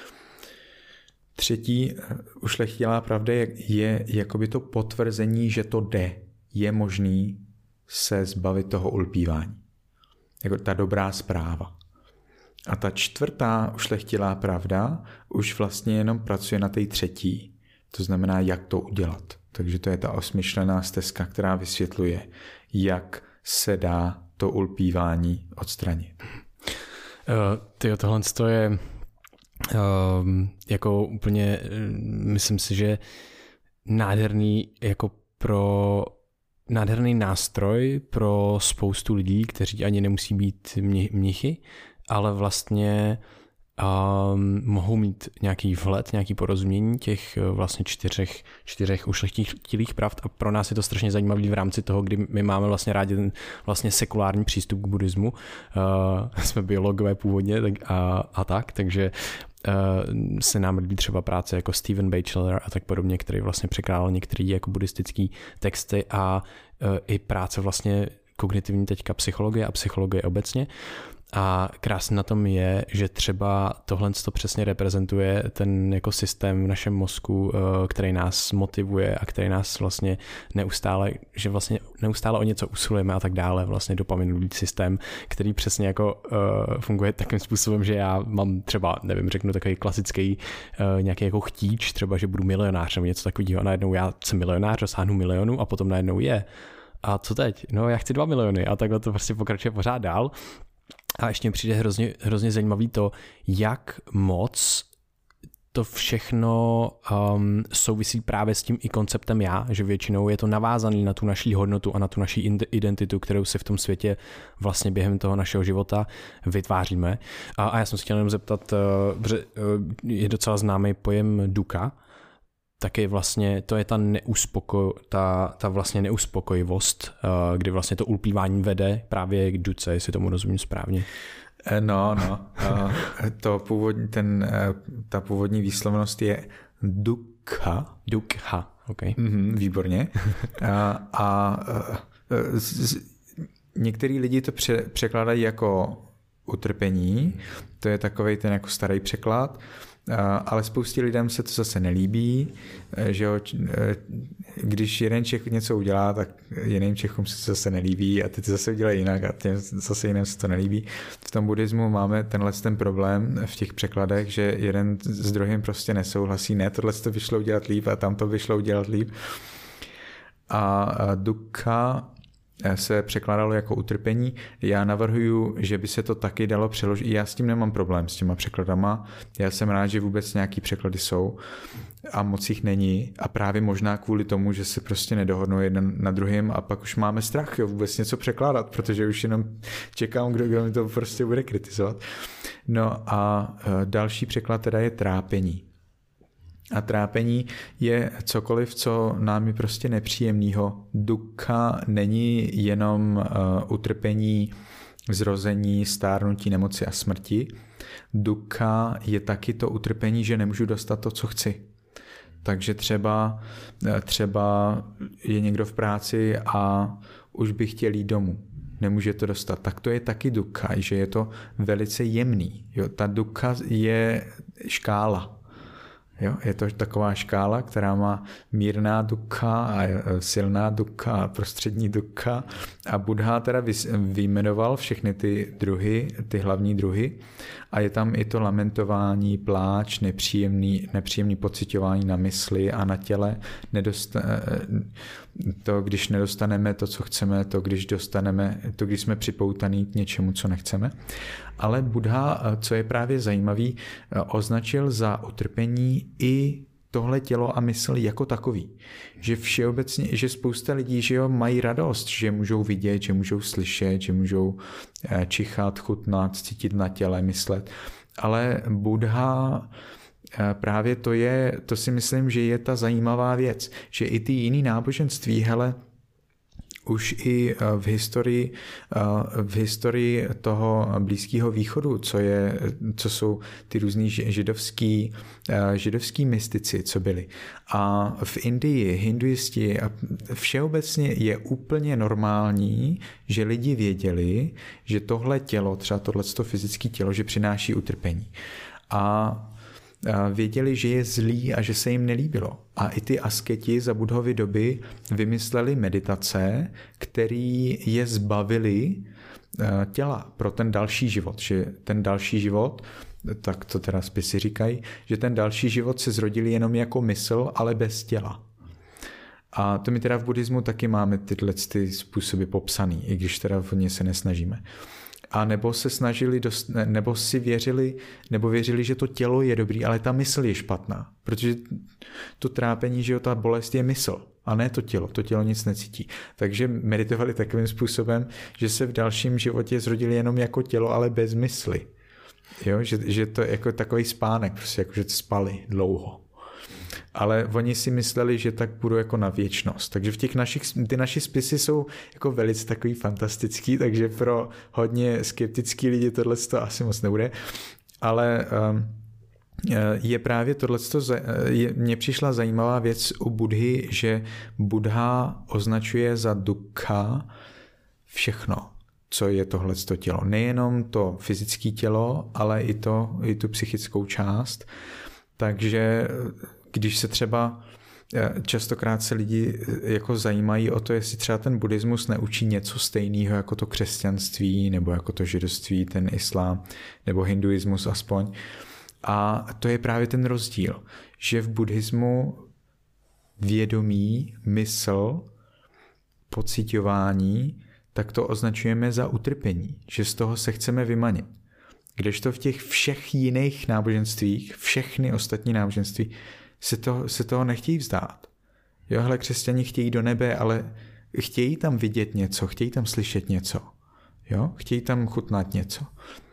Třetí ušlechtilá pravda je, je jakoby to potvrzení, že to jde, je možný se zbavit toho ulpívání. Jako ta dobrá zpráva. A ta čtvrtá ušlechtilá pravda už vlastně jenom pracuje na té třetí. To znamená, jak to udělat. Takže to je ta osmyšlená stezka, která vysvětluje, jak se dá to ulpívání odstranit. Uh, tyjo, tohle je uh, jako úplně, myslím si, že nádherný jako pro nádherný nástroj pro spoustu lidí, kteří ani nemusí být mnichy, ale vlastně um, mohou mít nějaký vhled, nějaký porozumění těch vlastně čtyřech, čtyřech ušlechtilých pravd a pro nás je to strašně zajímavý v rámci toho, kdy my máme vlastně rádi ten vlastně sekulární přístup k buddhismu. Uh, jsme biologové původně tak a, a tak, takže Uh, se nám líbí třeba práce jako Stephen Batchelor a tak podobně, který vlastně překládal některé jako buddhistické texty a uh, i práce vlastně kognitivní teďka psychologie a psychologie obecně. A krásné na tom je, že třeba tohle to přesně reprezentuje ten jako systém v našem mozku, který nás motivuje a který nás vlastně neustále, že vlastně neustále o něco usilujeme a tak dále, vlastně dopaminový systém, který přesně jako uh, funguje takým způsobem, že já mám třeba, nevím, řeknu takový klasický uh, nějaký jako chtíč, třeba, že budu milionář nebo něco takového a najednou já jsem milionář, dosáhnu milionu a potom najednou je. A co teď? No já chci dva miliony a takhle to prostě pokračuje pořád dál. A ještě mi přijde hrozně, hrozně zajímavý to, jak moc to všechno um, souvisí právě s tím i konceptem já, že většinou je to navázané na tu naší hodnotu a na tu naší identitu, kterou si v tom světě vlastně během toho našeho života vytváříme. A, a já jsem se chtěl jenom zeptat, uh, je docela známý pojem dukkha, taky vlastně to je ta, neuspoko, ta, ta vlastně neuspokojivost, uh, kdy vlastně to ulpívání vede právě k duce, jestli tomu rozumím správně. No, no. To původní, ten, ta původní výslovnost je dukkha. Dukkha, ok. Mm-hmm, výborně. a a, a z, některý lidi to pře, překládají jako utrpení, to je takovej ten jako starý překlad, ale spoustě lidem se to zase nelíbí, že jo, když jeden Čech něco udělá, tak jiným Čechům se to zase nelíbí a ty to zase udělají jinak a těm zase jiným se to nelíbí. V tom buddhismu máme tenhle ten problém v těch překladech, že jeden s druhým prostě nesouhlasí, ne, tohle to vyšlo udělat líp a tam to vyšlo udělat líp. A dukkha se překládalo jako utrpení. Já navrhuju, že by se to taky dalo přeložit. Já s tím nemám problém, s těma překladama. Já jsem rád, že vůbec nějaký překlady jsou a moc jich není. A právě možná kvůli tomu, že se prostě nedohodnou jeden na druhým a pak už máme strach jo, vůbec něco překládat, protože už jenom čekám, kdo, kdo mi to prostě bude kritizovat. No a další překlad teda je trápení. A trápení je cokoliv, co nám je prostě nepříjemného. Dukkha není jenom uh, utrpení, zrození, stárnutí, nemoci a smrti. Dukkha je taky to utrpení, že nemůžu dostat to, co chci. Takže třeba, třeba je někdo v práci a už by chtěl jít domů. Nemůže to dostat. Tak to je taky dukkha, že je to velice jemný. Jo, ta dukkha je škála. Jo, je to taková škála, která má mírná dukkha a silná dukkha a prostřední dukkha. A Buddha teda vyjmenoval všechny ty druhy, ty hlavní druhy. A je tam i to lamentování, pláč, nepříjemný, nepříjemný pociťování na mysli a na těle. Nedosta- to, když nedostaneme to, co chceme, to, když dostaneme, to, když jsme připoutaný k něčemu, co nechceme. Ale Buddha, co je právě zajímavý, označil za utrpení i tohle tělo a mysl jako takový. Že všeobecně, že spousta lidí, že jo, mají radost, že můžou vidět, že můžou slyšet, že můžou čichat, chutnat, cítit na těle, myslet. Ale Buddha právě to je, to si myslím, že je ta zajímavá věc, že i ty jiný náboženství, hele, už i v historii, v historii toho Blízkého východu, co, je, co jsou ty různý židovský, židovský mystici, co byli. A v Indii, hinduisti, všeobecně je úplně normální, že lidi věděli, že tohle tělo, třeba tohleto fyzické tělo, že přináší utrpení. A věděli, že je zlý a že se jim nelíbilo. A i ty asketi za Buddhovy doby vymysleli meditace, který je zbavili těla pro ten další život. Že ten další život, tak to teda spisy říkají, že ten další život se zrodili jenom jako mysl, ale bez těla. A to my teda v buddhismu taky máme tyhle ty způsoby popsaný, i když teda v ně se nesnažíme. A nebo se snažili, dost, nebo si věřili, nebo věřili, že to tělo je dobrý, ale ta mysl je špatná. Protože to trápení, že jo, ta bolest je mysl, a ne to tělo. To tělo nic necítí. Takže meditovali takovým způsobem, že se v dalším životě zrodili jenom jako tělo, ale bez mysli. Jo, že, že to je jako takový spánek, prostě jako, že spali dlouho. Ale oni si mysleli, že tak budou jako na věčnost. Takže v těch našich, ty naši spisy jsou jako velice takový fantastický, takže pro hodně skeptický lidi tohle to asi moc nebude. Ale um, je právě tohle, mně přišla zajímavá věc u Buddhy, že Buddha označuje za dukkha všechno, co je tohleto tělo. Nejenom to fyzické tělo, ale i, to, i tu psychickou část. Takže když se třeba častokrát se lidi jako zajímají o to, jestli třeba ten buddhismus neučí něco stejného jako to křesťanství, nebo jako to židovství, ten islám, nebo hinduismus aspoň. A to je právě ten rozdíl, že v buddhismu vědomí, mysl, pociťování, tak to označujeme za utrpení, že z toho se chceme vymanit. Kdežto v těch všech jiných náboženstvích, všechny ostatní náboženství, se, to, se toho nechtějí vzdát. Jo, hele, křesťani chtějí do nebe, ale chtějí tam vidět něco, chtějí tam slyšet něco. Jo, chtějí tam chutnat něco.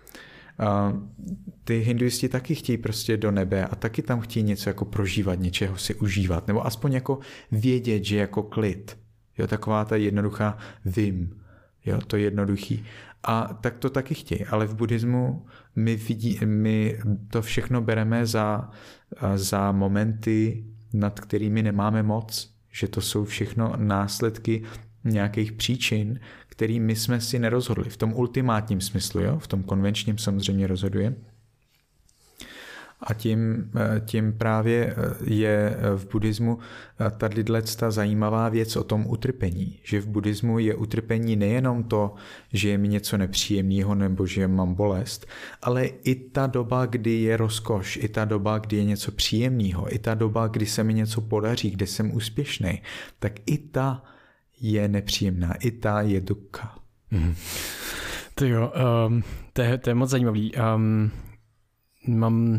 A ty hinduisti taky chtějí prostě do nebe a taky tam chtějí něco jako prožívat, něčeho si užívat, nebo aspoň jako vědět, že jako klid. Jo, taková ta jednoduchá vím. Jo, to je jednoduchý. A tak to taky chtějí, ale v buddhismu my, vidí, my to všechno bereme za, za momenty, nad kterými nemáme moc, že to jsou všechno následky nějakých příčin, který my jsme si nerozhodli. V tom ultimátním smyslu, jo? V tom konvenčním samozřejmě rozhoduje. A tím, tím právě je v buddhismu tato zajímavá věc o tom utrpení. Že v buddhismu je utrpení nejenom to, že je mi něco nepříjemného nebo že mám bolest, ale i ta doba, kdy je rozkoš, i ta doba, kdy je něco příjemného, i ta doba, kdy se mi něco podaří, kde jsem úspěšný, tak i ta je nepříjemná, i ta je dukkha. Mm. To jo, um, to, je, to je moc zajímavý. Um, mám...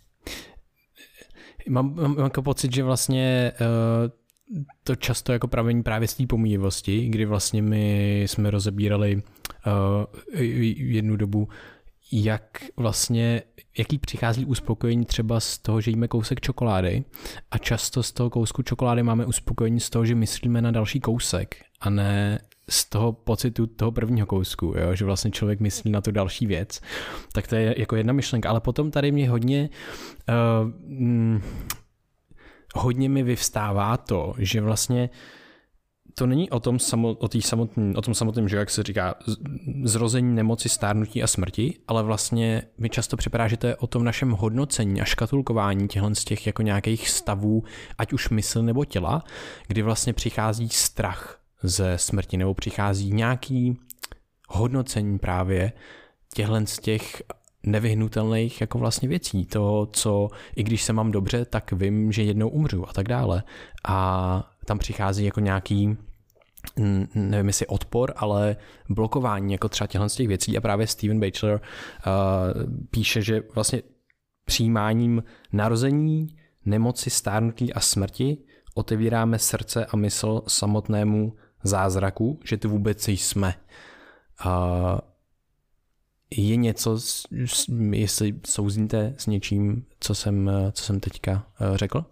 Mám, mám jako pocit, že vlastně uh, to často jako pramení právě z té pomíjivosti, kdy vlastně my jsme rozebírali uh, jednu dobu, jak vlastně, jaký přichází uspokojení třeba z toho, že jíme kousek čokolády a často z toho kousku čokolády máme uspokojení z toho, že myslíme na další kousek a ne z toho pocitu toho prvního kousku, jo? Že vlastně člověk myslí na tu další věc. Tak to je jako jedna myšlenka, ale potom tady mě hodně uh, hm, hodně mi vyvstává to, že vlastně to není o tom, samo, o, samotný, o tom samotném, že jak se říká, zrození, nemoci, stárnutí a smrti, ale vlastně mi často připadá, že to je o tom našem hodnocení a škatulkování těchto z těch jako nějakých stavů, ať už mysl nebo těla, kdy vlastně přichází strach ze smrti nebo přichází nějaký hodnocení právě těchto z těch nevyhnutelných jako vlastně věcí. To, co i když se mám dobře, tak vím, že jednou umřu a tak dále. A tam přichází jako nějaký, nevím jestli odpor, ale blokování jako třeba těchto z těch věcí a právě Steven Batchelor uh, píše, že vlastně přijímáním narození, nemoci, stárnutí a smrti otevíráme srdce a mysl samotnému zázraku, že tu vůbec jsme. Uh, je něco, jestli souzníte s něčím, co jsem, co jsem teďka uh, řekl?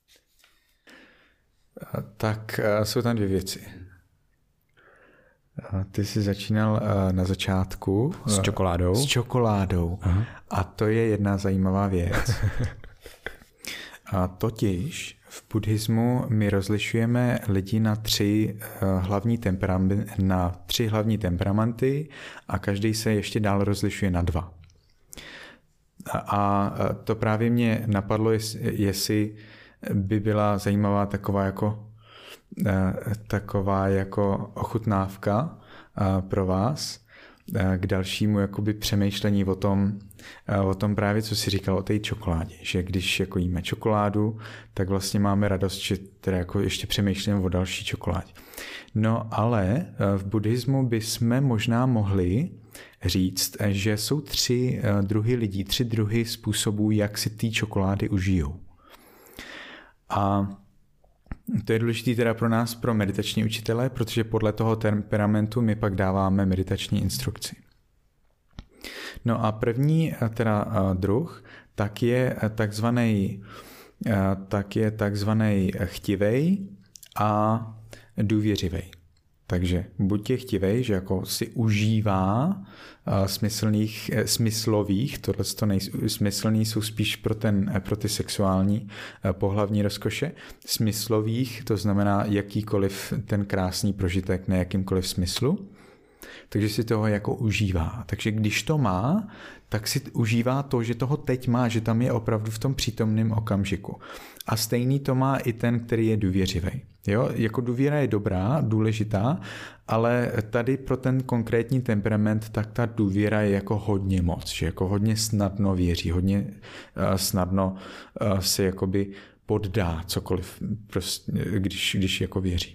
Tak uh, jsou tam dvě věci. Uh, ty jsi začínal uh, na začátku. S čokoládou. S čokoládou. Aha. A to je jedna zajímavá věc. A totiž v buddhismu my rozlišujeme lidi na tři hlavní temperamenty, na tři hlavní temperamenty a každý se ještě dál rozlišuje na dva. A to právě mě napadlo, jestli by byla zajímavá taková jako, taková jako ochutnávka pro vás k dalšímu jakoby přemýšlení o tom, o tom právě, co jsi říkal o té čokoládě, že když jako jíme čokoládu, tak vlastně máme radost, že teda jako ještě přemýšlíme o další čokoládě. No ale v buddhismu bychom možná mohli říct, že jsou tři druhy lidí, tři druhy způsobů, jak si ty čokolády užijou. A to je důležité teda pro nás, pro meditační učitele, protože podle toho temperamentu my pak dáváme meditační instrukci. No a první teda druh, tak je takzvaný, tak je takzvaný chtivej a důvěřivej. Takže buď je chtivej, že jako si užívá smyslných, smyslových, tohle to smyslný jsou spíš pro, ten, pro ty sexuální pohlavní rozkoše, smyslových, to znamená jakýkoliv ten krásný prožitek na jakýmkoliv smyslu, takže si toho jako užívá. Takže když to má, tak si užívá to, že toho teď má, že tam je opravdu v tom přítomném okamžiku. A stejný to má i ten, který je důvěřivý. Jo? Jako důvěra je dobrá, důležitá, ale tady pro ten konkrétní temperament, tak ta důvěra je jako hodně moc, že jako hodně snadno věří, hodně uh, snadno uh, si jakoby poddá cokoliv, prostě, když, když jako věří.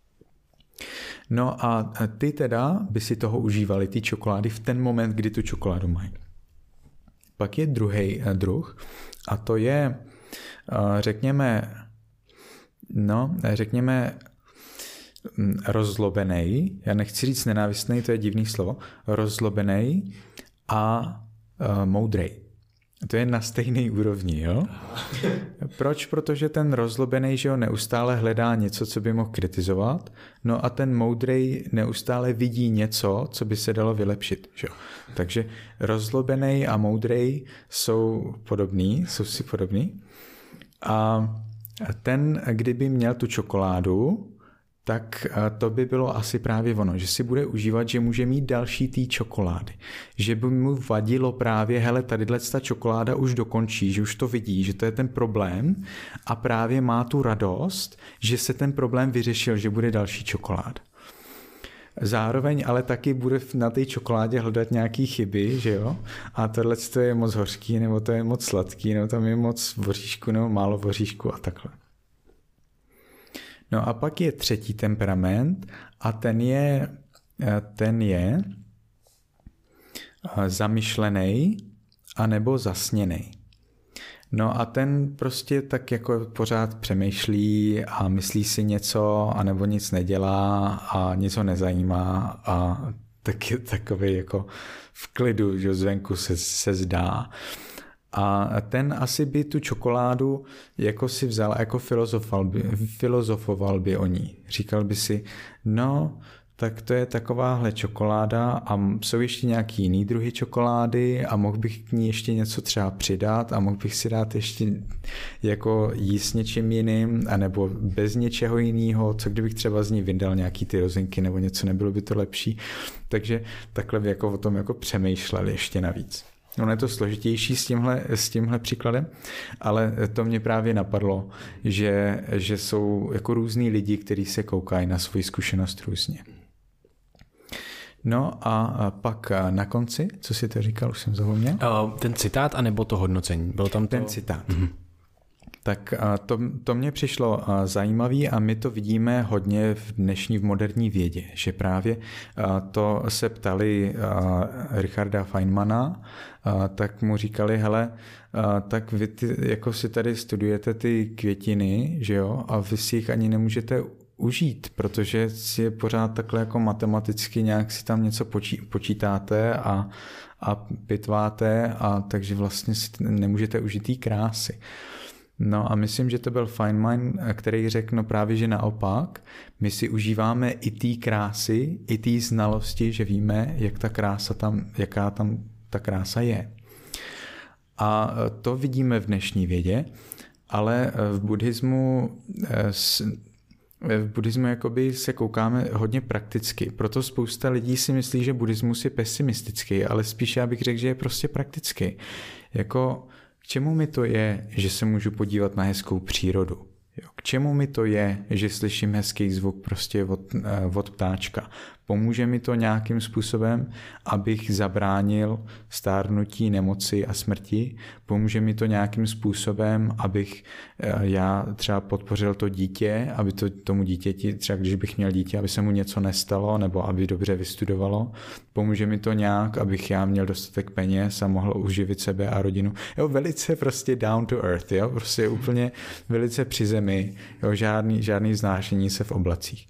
No a ty teda by si toho užívali, ty čokolády, v ten moment, kdy tu čokoládu mají. Pak je druhý druh a to je, řekněme, no, řekněme rozzlobenej, já nechci říct nenávistný, to je divný slovo, rozzlobenej a moudrej. To je na stejné úrovni, jo? Proč? Protože ten rozlobený, že jo, neustále hledá něco, co by mohl kritizovat, no a ten moudrej neustále vidí něco, co by se dalo vylepšit, že jo? Takže rozlobený a moudrej jsou podobní, jsou si podobní. A ten, kdyby měl tu čokoládu, tak to by bylo asi právě ono, že si bude užívat, že může mít další té čokolády. Že by mu vadilo právě, hele, tadyhle ta čokoláda už dokončí, že už to vidí, že to je ten problém a právě má tu radost, že se ten problém vyřešil, že bude další čokoláda. Zároveň ale taky bude na té čokoládě hledat nějaké chyby, že jo? A tohle to je moc hořký, nebo to je moc sladký, nebo tam je moc voříšku, nebo málo voříšku a takhle. No a pak je třetí temperament a ten je, ten je zamyšlený anebo zasněný. No a ten prostě tak jako pořád přemýšlí a myslí si něco, anebo nic nedělá a nic ho nezajímá a tak je takový jako v klidu, že zvenku se, se zdá. A ten asi by tu čokoládu jako si vzal, jako filozofoval by, filozofoval by o ní. Říkal by si, no, tak to je takováhle čokoláda a jsou ještě nějaký jiný druhy čokolády a mohl bych k ní ještě něco třeba přidat a mohl bych si dát ještě jako jíst něčím jiným anebo bez něčeho jiného, co kdybych třeba z ní vyndal nějaký ty rozinky nebo něco, nebylo by to lepší. Takže takhle by jako o tom jako přemýšlel ještě navíc. No, je to složitější s tímhle, s tímhle příkladem, ale to mě právě napadlo, že, že jsou jako různý lidi, kteří se koukají na svou zkušenost různě. No a pak na konci, co jsi to říkal, už jsem zapomněl? Ten citát anebo to hodnocení? Byl tam to... Ten citát. Mm-hmm. Tak to, to mně přišlo zajímavé a my to vidíme hodně v dnešní v moderní vědě, že právě to se ptali Richarda Feynmana, tak mu říkali, hele, tak vy ty, jako si tady studujete ty květiny, že jo, a vy si jich ani nemůžete užít, protože si je pořád takhle jako matematicky nějak si tam něco počí, počítáte a, a pitváte a takže vlastně si nemůžete užít té krásy. No a myslím, že to byl Feynman, který řekl no právě, že naopak, my si užíváme i té krásy, i té znalosti, že víme, jak ta krása tam, jaká tam ta krása je. A to vidíme v dnešní vědě, ale v buddhismu v buddhismu jakoby se koukáme hodně prakticky. Proto spousta lidí si myslí, že buddhismus je pesimistický, ale spíš já bych řekl, že je prostě praktický. Jako k čemu mi to je, že se můžu podívat na hezkou přírodu? Jo, k čemu mi to je, že slyším hezký zvuk prostě od, od ptáčka? Pomůže mi to nějakým způsobem, abych zabránil stárnutí, nemoci a smrti? Pomůže mi to nějakým způsobem, abych já třeba podpořil to dítě, aby to tomu dítěti, třeba když bych měl dítě, aby se mu něco nestalo, nebo aby dobře vystudovalo? Pomůže mi to nějak, abych já měl dostatek peněz a mohl uživit sebe a rodinu? Jo, velice prostě down to earth, jo, prostě úplně velice při zemi, jo, žádný, žádný vznášení se v oblacích.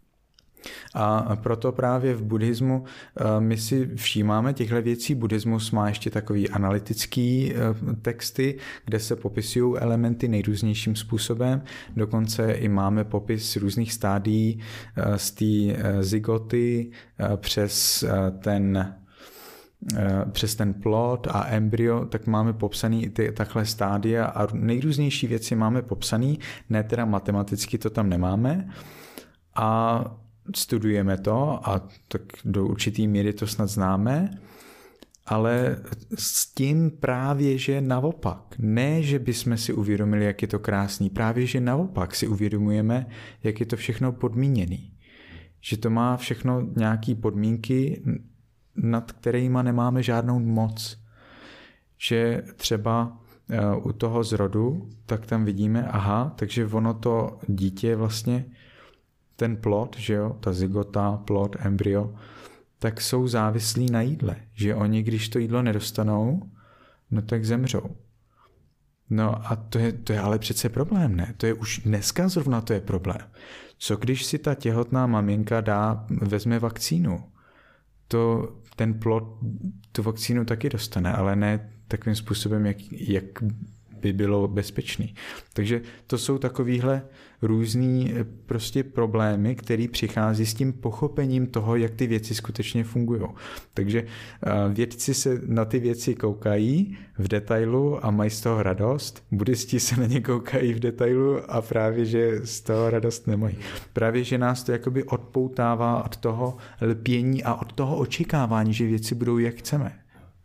A proto právě v buddhismu my si všímáme těchto věcí. Buddhismus má ještě takový analytický texty, kde se popisují elementy nejrůznějším způsobem. Dokonce i máme popis různých stádií z té zygoty přes ten přes ten plod a embryo, tak máme popsaný ty takhle stádia a nejrůznější věci máme popsaný, ne teda matematicky to tam nemáme a studujeme to a tak do určitý míry to snad známe, ale s tím právě, že naopak. Ne, že bychom si uvědomili, jak je to krásný, právě, že naopak si uvědomujeme, jak je to všechno podmíněný. Že to má všechno nějaký podmínky, nad kterýma nemáme žádnou moc. Že třeba u toho zrodu, tak tam vidíme, aha, takže ono to dítě vlastně ten plod, že jo, ta zygota, plod, embryo, tak jsou závislí na jídle. Že oni, když to jídlo nedostanou, no tak zemřou. No a to je, to je ale přece problém, ne? To je už dneska zrovna to je problém. Co když si ta těhotná maminka dá, vezme vakcínu? To ten plod tu vakcínu taky dostane, ale ne takovým způsobem, jak, jak by bylo bezpečný. Takže to jsou takovýhle různý prostě problémy, které přichází s tím pochopením toho, jak ty věci skutečně fungují. Takže vědci se na ty věci koukají v detailu a mají z toho radost. Buddhisti se na ně koukají v detailu a právě, že z toho radost nemají. Právě, že nás to jakoby odpoutává od toho lpění a od toho očekávání, že věci budou, jak chceme.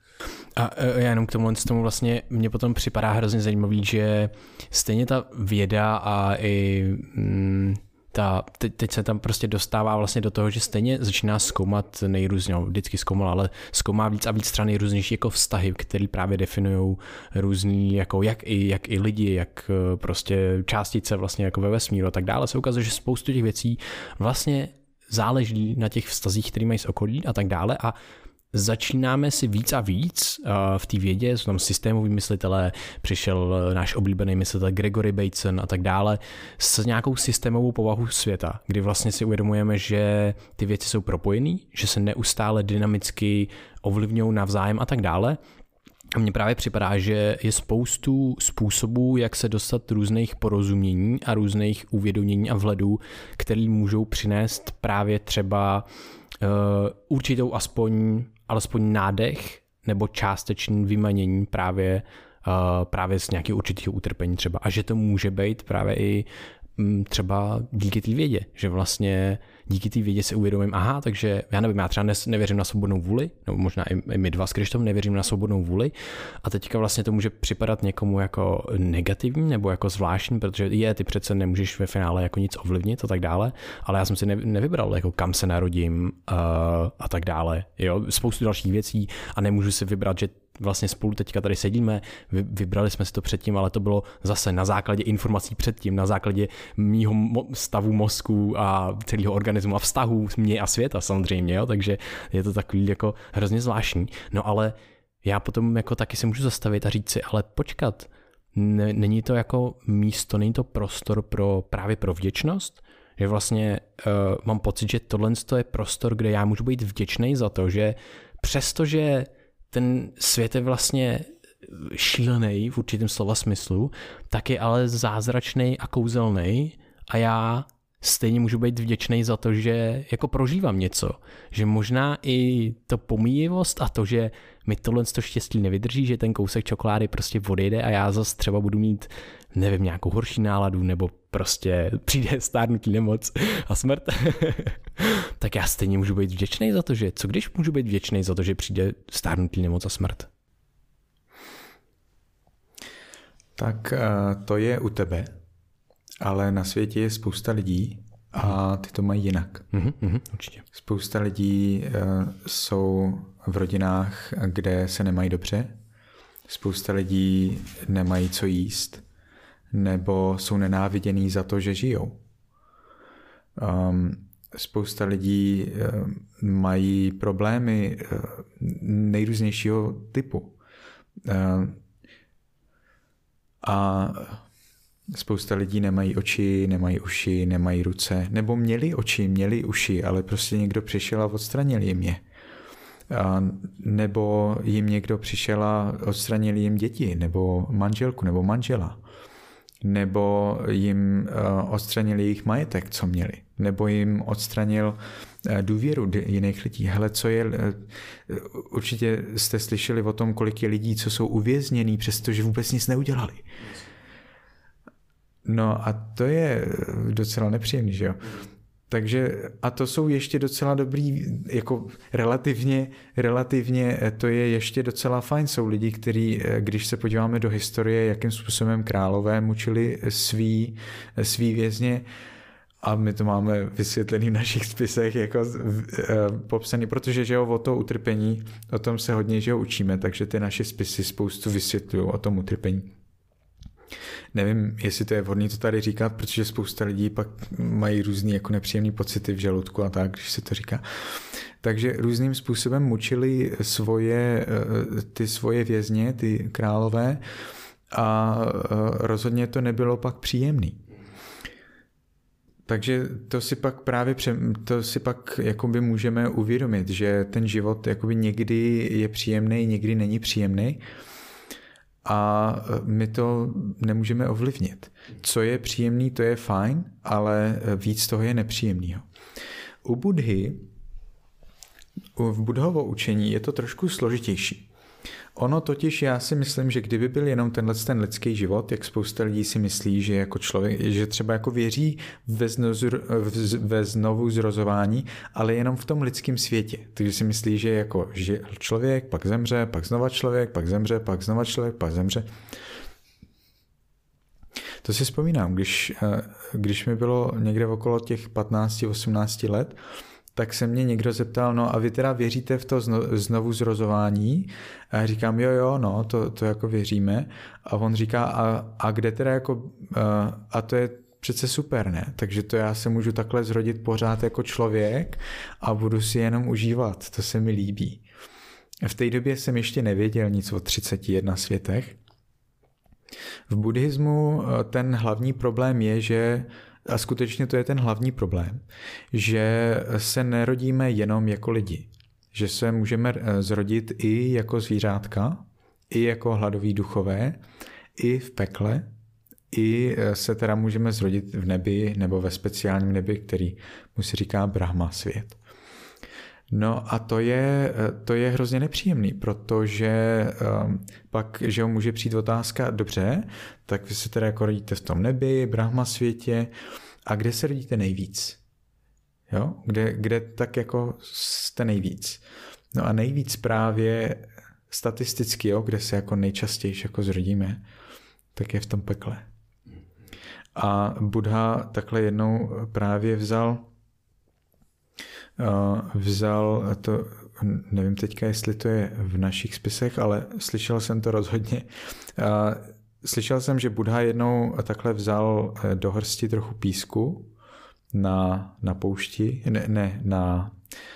A já jenom k tomu, tomu vlastně mně potom připadá hrozně zajímavý, že stejně ta věda a i mm, ta, teď, teď se tam prostě dostává vlastně do toho, že stejně začíná zkoumat nejrůzně, no, vždycky zkoumal, ale zkoumá víc a víc stran nejrůznější jako vztahy, které právě definují různý, jako jak i, jak i lidi, jak prostě částice vlastně jako ve vesmíru a tak dále. Se ukazuje, že spoustu těch věcí vlastně záleží na těch vztazích, které mají z okolí a tak dále a začínáme si víc a víc uh, v té vědě, jsou tam systémoví myslitelé, přišel náš oblíbený myslitel Gregory Bateson a tak dále, s nějakou systémovou povahu světa, kdy vlastně si uvědomujeme, že ty věci jsou propojený, že se neustále dynamicky ovlivňují navzájem a tak dále. A mně právě připadá, že je spoustu způsobů, jak se dostat různých porozumění a různých uvědomění a vhledů, který můžou přinést právě třeba uh, určitou aspoň alespoň nádech nebo částečný vymanění právě, uh, právě z nějakého určitého utrpení třeba. A že to může být právě i um, třeba díky té vědě, že vlastně díky té vědě se uvědomím, aha, takže já nevím, já třeba ne, nevěřím na svobodnou vůli, nebo možná i, i my dva s Krištom nevěřím na svobodnou vůli a teďka vlastně to může připadat někomu jako negativní nebo jako zvláštní, protože je, ty přece nemůžeš ve finále jako nic ovlivnit a tak dále, ale já jsem si ne, nevybral, jako kam se narodím uh, a tak dále, jo, spoustu dalších věcí a nemůžu si vybrat, že vlastně spolu teďka tady sedíme, vybrali jsme si to předtím, ale to bylo zase na základě informací předtím, na základě mýho stavu mozku a celého organismu a vztahů mě a světa samozřejmě, jo? Takže je to takový jako hrozně zvláštní. No ale já potom jako taky se můžu zastavit a říct si, ale počkat, není to jako místo, není to prostor pro právě pro vděčnost? Že vlastně uh, mám pocit, že tohle je prostor, kde já můžu být vděčný za to, že přestože ten svět je vlastně šílený v určitém slova smyslu, tak je ale zázračný a kouzelný a já stejně můžu být vděčný za to, že jako prožívám něco. Že možná i to pomíjivost a to, že mi tohle to štěstí nevydrží, že ten kousek čokolády prostě odejde a já zase třeba budu mít, nevím, nějakou horší náladu nebo prostě přijde stárnutí nemoc a smrt. Tak já stejně můžu být vděčný za to, že co když můžu být vděčný za to, že přijde stárnutí nemoc a smrt? Tak to je u tebe, ale na světě je spousta lidí a ty to mají jinak. Mm-hmm, mm-hmm, určitě. Spousta lidí jsou v rodinách, kde se nemají dobře. Spousta lidí nemají co jíst nebo jsou nenávidění za to, že žijou. Um, spousta lidí um, mají problémy um, nejrůznějšího typu. Um, a spousta lidí nemají oči, nemají uši, nemají ruce, nebo měli oči, měli uši, ale prostě někdo přišel a odstranil jim je. A nebo jim někdo přišel a odstranil jim děti, nebo manželku, nebo manžela. Nebo jim odstranil jejich majetek, co měli. Nebo jim odstranil důvěru jiných lidí. Hele, co je... Určitě jste slyšeli o tom, kolik je lidí, co jsou uvěznění, přestože vůbec nic neudělali. No a to je docela nepříjemný, že jo? Takže a to jsou ještě docela dobrý, jako relativně, relativně to je ještě docela fajn. Jsou lidi, kteří, když se podíváme do historie, jakým způsobem králové mučili svý, svý vězně, a my to máme vysvětlený v našich spisech jako popsaný, protože že jo, o to utrpení, o tom se hodně že jo, učíme, takže ty naše spisy spoustu vysvětlují o tom utrpení. Nevím, jestli to je vhodné to tady říkat, protože spousta lidí pak mají různý jako nepříjemný pocity v žaludku a tak, když se to říká. Takže různým způsobem mučili svoje, ty svoje vězně, ty králové, a rozhodně to nebylo pak příjemný. Takže to si pak právě to si pak jakoby můžeme uvědomit, že ten život jakoby někdy je příjemný, někdy není příjemný. a my to nemůžeme ovlivnit. Co je příjemný, to je fajn, ale víc toho je nepříjemného. U Buddhy, v Buddhovo učení je to trošku složitější. Ono totiž, já si myslím, že kdyby byl jenom tenhle ten lidský život, jak spousta lidí si myslí, že jako člověk, že třeba jako věří ve, znovu, ve znovu zrozování, ale jenom v tom lidském světě. Takže si myslí, že jako že člověk, pak zemře, pak znova člověk, pak zemře, pak znova člověk, pak zemře. To si vzpomínám, když, když mi bylo někde okolo těch patnáct osmnáct let, tak se mě někdo zeptal, no a vy teda věříte v to znovu zrozování? A já říkám, jo, jo, no, to, to jako věříme. A on říká, a, a kde teda jako, a to je přece super, ne? Takže to já se můžu takhle zrodit pořád jako člověk a budu si jenom užívat, to se mi líbí. V té době jsem ještě nevěděl nic o třiceti jedna světech. V buddhismu ten hlavní problém je, že a skutečně to je ten hlavní problém, že se nerodíme jenom jako lidi. Že se můžeme zrodit i jako zvířátka, i jako hladoví duchové, i v pekle, i se teda můžeme zrodit v nebi nebo ve speciálním nebi, který mu se říká Brahma svět. No a to je, to je hrozně nepříjemný, protože um, pak, že ho může přijít otázka, dobře, tak vy se teda jako rodíte v tom nebi, Brahma světě, a kde se rodíte nejvíc? Jo? Kde, kde tak jako jste nejvíc? No a nejvíc právě statisticky, jo, kde se jako nejčastěji jako zrodíme, tak je v tom pekle. A Buddha takhle jednou právě vzal Uh, vzal to, nevím teďka, jestli to je v našich spisech, ale slyšel jsem to rozhodně. Uh, slyšel jsem, že Buddha jednou takhle vzal do hrsti trochu písku na, na poušti, ne, ne na,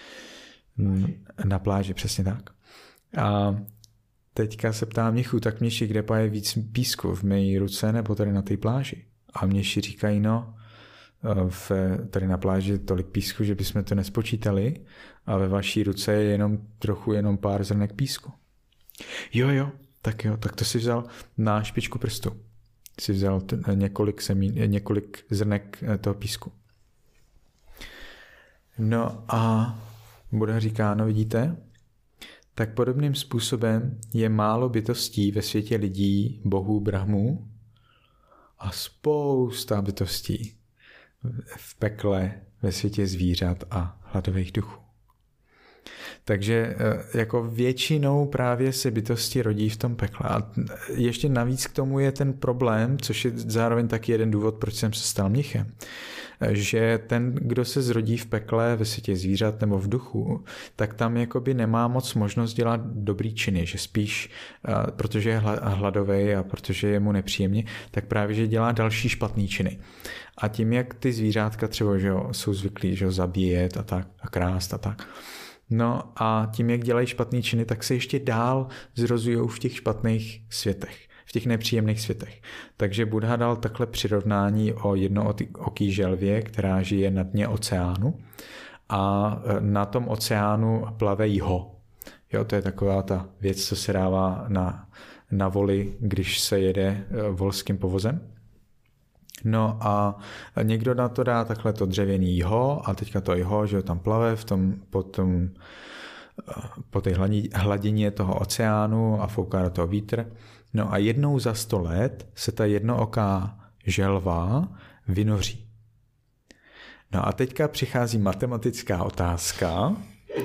na pláži, přesně tak. A teďka se ptá mnichů, tak mniši, kde je víc písku, v mé ruce nebo tady na té pláži? A mniši říkají, no, v, tady na pláži tolik písku, že bychom to nespočítali a ve vaší ruce je jenom trochu jenom pár zrnek písku. Jo, jo, tak jo, tak to si vzal na špičku prstu. Si vzal t- několik, semí, několik zrnek toho písku. No a Buddha říká, no vidíte, tak podobným způsobem je málo bytostí ve světě lidí, bohů, brahmů a spousta bytostí v pekle, ve světě zvířat a hladových duchů. Takže jako většinou právě se bytosti rodí v tom pekle. A ještě navíc k tomu je ten problém, což je zároveň taky jeden důvod, proč jsem se stal mnichem, že ten, kdo se zrodí v pekle, ve světě zvířat nebo v duchu, tak tam jakoby nemá moc možnost dělat dobrý činy, že spíš, protože je hladový a protože je mu nepříjemně, tak právě, že dělá další špatný činy. A tím, jak ty zvířátka třeba, že jo, jsou zvyklí, že jo, zabíjet a tak a krást a tak. No a tím, jak dělají špatný činy, tak se ještě dál zrozujou v těch špatných světech, v těch nepříjemných světech. Takže Buddha dal takhle přirovnání o jednooký želvě, která žije na dně oceánu a na tom oceánu plave jho. Jo, to je taková ta věc, co se dává na, na voli, když se jede volským povozem. No a někdo na to dá takhle to dřevěný jho a teďka to jho, že tam plave v tom, po, tom, po té hladině toho oceánu a fouká do toho vítr. No a jednou za sto let se ta jednooká želva vynoří. No a teďka přichází matematická otázka.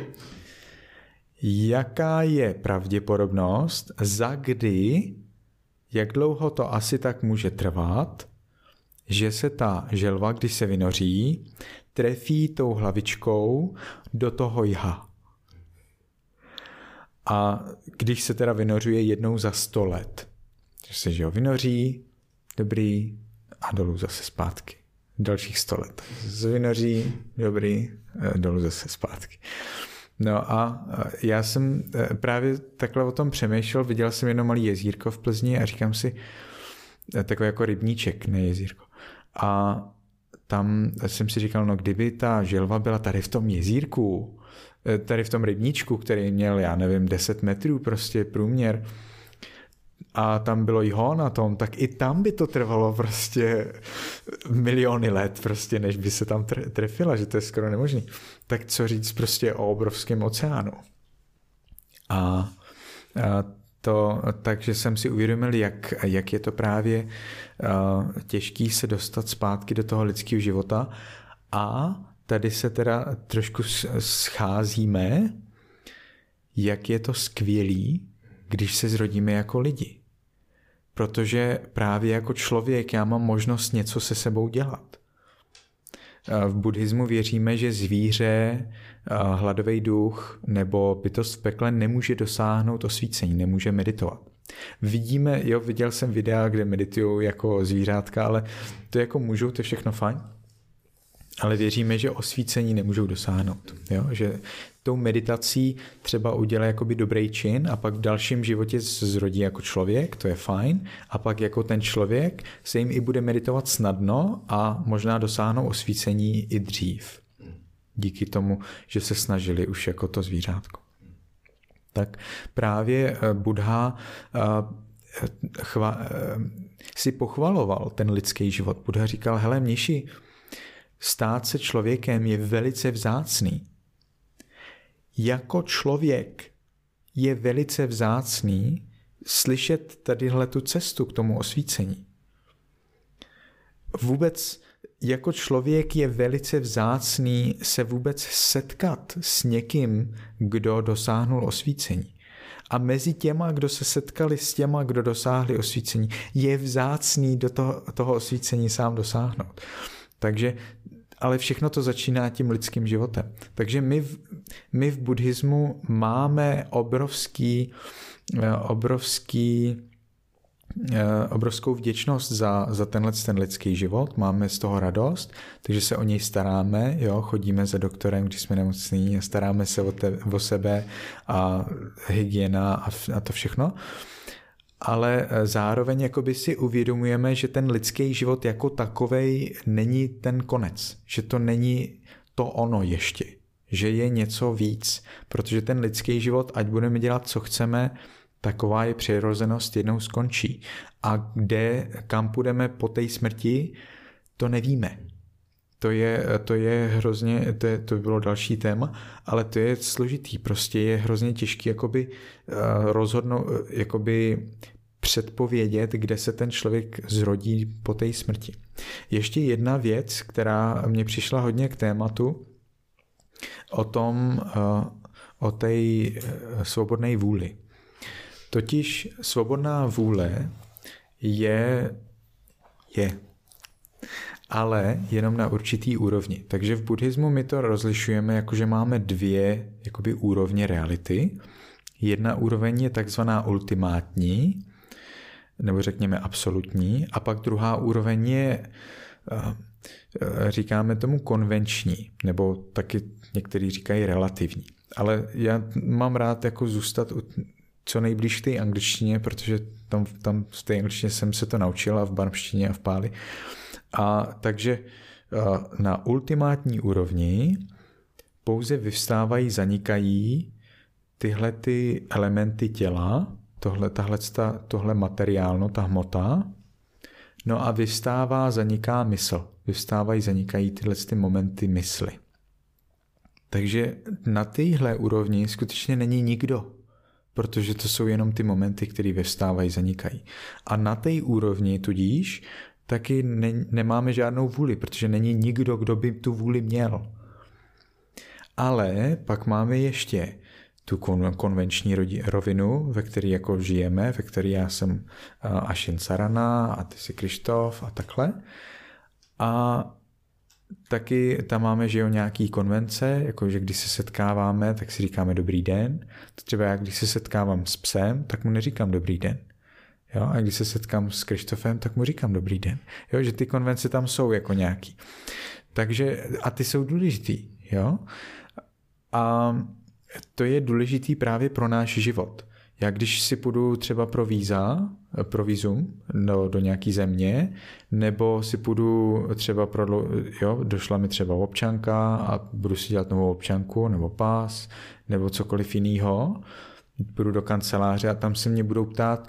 Jaká je pravděpodobnost, za kdy, jak dlouho to asi tak může trvat, že se ta želva, když se vynoří, trefí tou hlavičkou do toho jha. A když se teda vynořuje jednou za sto let, že se že ho vynoří, dobrý, a dolů zase zpátky. Dalších sto let. Vynoří, dobrý, dolů zase zpátky. No a já jsem právě takhle o tom přemýšlel, viděl jsem jenom malý jezírko v Plzni a říkám si, takový jako rybníček, ne jezírko. A tam jsem si říkal, no kdyby ta želva byla tady v tom jezírku, tady v tom rybníčku, který měl, já nevím, deset metrů prostě průměr, a tam bylo jho na tom, tak i tam by to trvalo prostě miliony let, prostě, než by se tam trefila, že to je skoro nemožný. Tak co říct prostě o obrovském oceánu. A, a to, takže jsem si uvědomil, jak, jak je to právě uh, těžký se dostat zpátky do toho lidského života. A tady se teda trošku scházíme, jak je to skvělý, když se zrodíme jako lidi. Protože právě jako člověk já mám možnost něco se sebou dělat. V buddhismu věříme, že zvíře, hladový duch nebo bytost v pekle nemůže dosáhnout osvícení, nemůže meditovat. Vidíme, jo, viděl jsem videa, kde meditují jako zvířátka, ale to jako můžou, to je všechno fajn. Ale věříme, že osvícení nemůžou dosáhnout. Jo? Že tou meditací třeba udělá jakoby dobrý čin a pak v dalším životě se zrodí jako člověk, to je fajn, a pak jako ten člověk se jim i bude meditovat snadno a možná dosáhnou osvícení i dřív. Díky tomu, že se snažili už jako to zvířátko. Tak právě Buddha chva, si pochvaloval ten lidský život. Buddha říkal, hele mniši, stát se člověkem je velice vzácný. Jako člověk je velice vzácný slyšet tadyhle tu cestu k tomu osvícení. Vůbec jako člověk je velice vzácný se vůbec setkat s někým, kdo dosáhnul osvícení. A mezi těma, kdo se setkali s těma, kdo dosáhli osvícení, je vzácný do toho, toho osvícení sám dosáhnout. Takže, ale všechno to začíná tím lidským životem. Takže my v, my v buddhismu máme obrovský, obrovský, obrovskou vděčnost za, za tenhle ten lidský život, máme z toho radost, takže se o něj staráme, jo, chodíme za doktorem, když jsme nemocní, a staráme se o, te, o sebe a hygiena a, a to všechno. Ale zároveň jakoby si uvědomujeme, že ten lidský život jako takovej není ten konec, že to není to ono ještě, že je něco víc, protože ten lidský život, ať budeme dělat, co chceme, taková je přirozenost, jednou skončí. A kde, kam půjdeme po té smrti, to nevíme. To je, to je hrozně, to, je, to by bylo další téma, ale to je složitý, prostě je hrozně těžký jakoby rozhodnout, jakoby předpovědět, kde se ten člověk zrodí po té smrti. Ještě jedna věc, která mě přišla hodně k tématu, o tom, o té svobodné vůli. Totiž svobodná vůle je, je, ale jenom na určitý úrovni. Takže v buddhismu my to rozlišujeme, jakože máme dvě jakoby úrovně reality. Jedna úroveň je takzvaná ultimátní, nebo řekněme absolutní, a pak druhá úroveň je, říkáme tomu konvenční, nebo taky někteří říkají relativní. Ale já mám rád jako zůstat co nejblíž v té angličtině, protože tam, tam v té angličtině jsem se to naučila v barmštině a v páli. A takže na ultimátní úrovni pouze vyvstávají, zanikají tyhle ty elementy těla, tohle, tahle, tohle materiálno, ta hmota, no a vyvstává, zaniká mysl. Vyvstávají, zanikají tyhle ty momenty mysli. Takže na téhle úrovni skutečně není nikdo, protože to jsou jenom ty momenty, které vyvstávají, zanikají. A na té úrovni tudíž taky ne, nemáme žádnou vůli, protože není nikdo, kdo by tu vůli měl. Ale pak máme ještě tu konvenční rovinu, ve které jako žijeme, ve které já jsem Ashin Sarana a ty jsi Krištof a takhle. A taky tam máme, že jo, nějaký konvence, jako že když se setkáváme, tak si říkáme dobrý den. To třeba já, když se setkávám s psem, tak mu neříkám dobrý den. Jo? A když se setkám s Krištofem, tak mu říkám dobrý den. Jo? Že ty konvence tam jsou jako nějaký. Takže, a ty jsou důležitý. Jo? A to je důležitý právě pro náš život. Já když si půjdu třeba pro víza, pro vízum do, do nějaké země, nebo si půjdu třeba pro, jo, došla mi třeba občanka a budu si dělat novou občanku, nebo pás, nebo cokoliv jiného, půjdu do kanceláře a tam se mě budou ptát,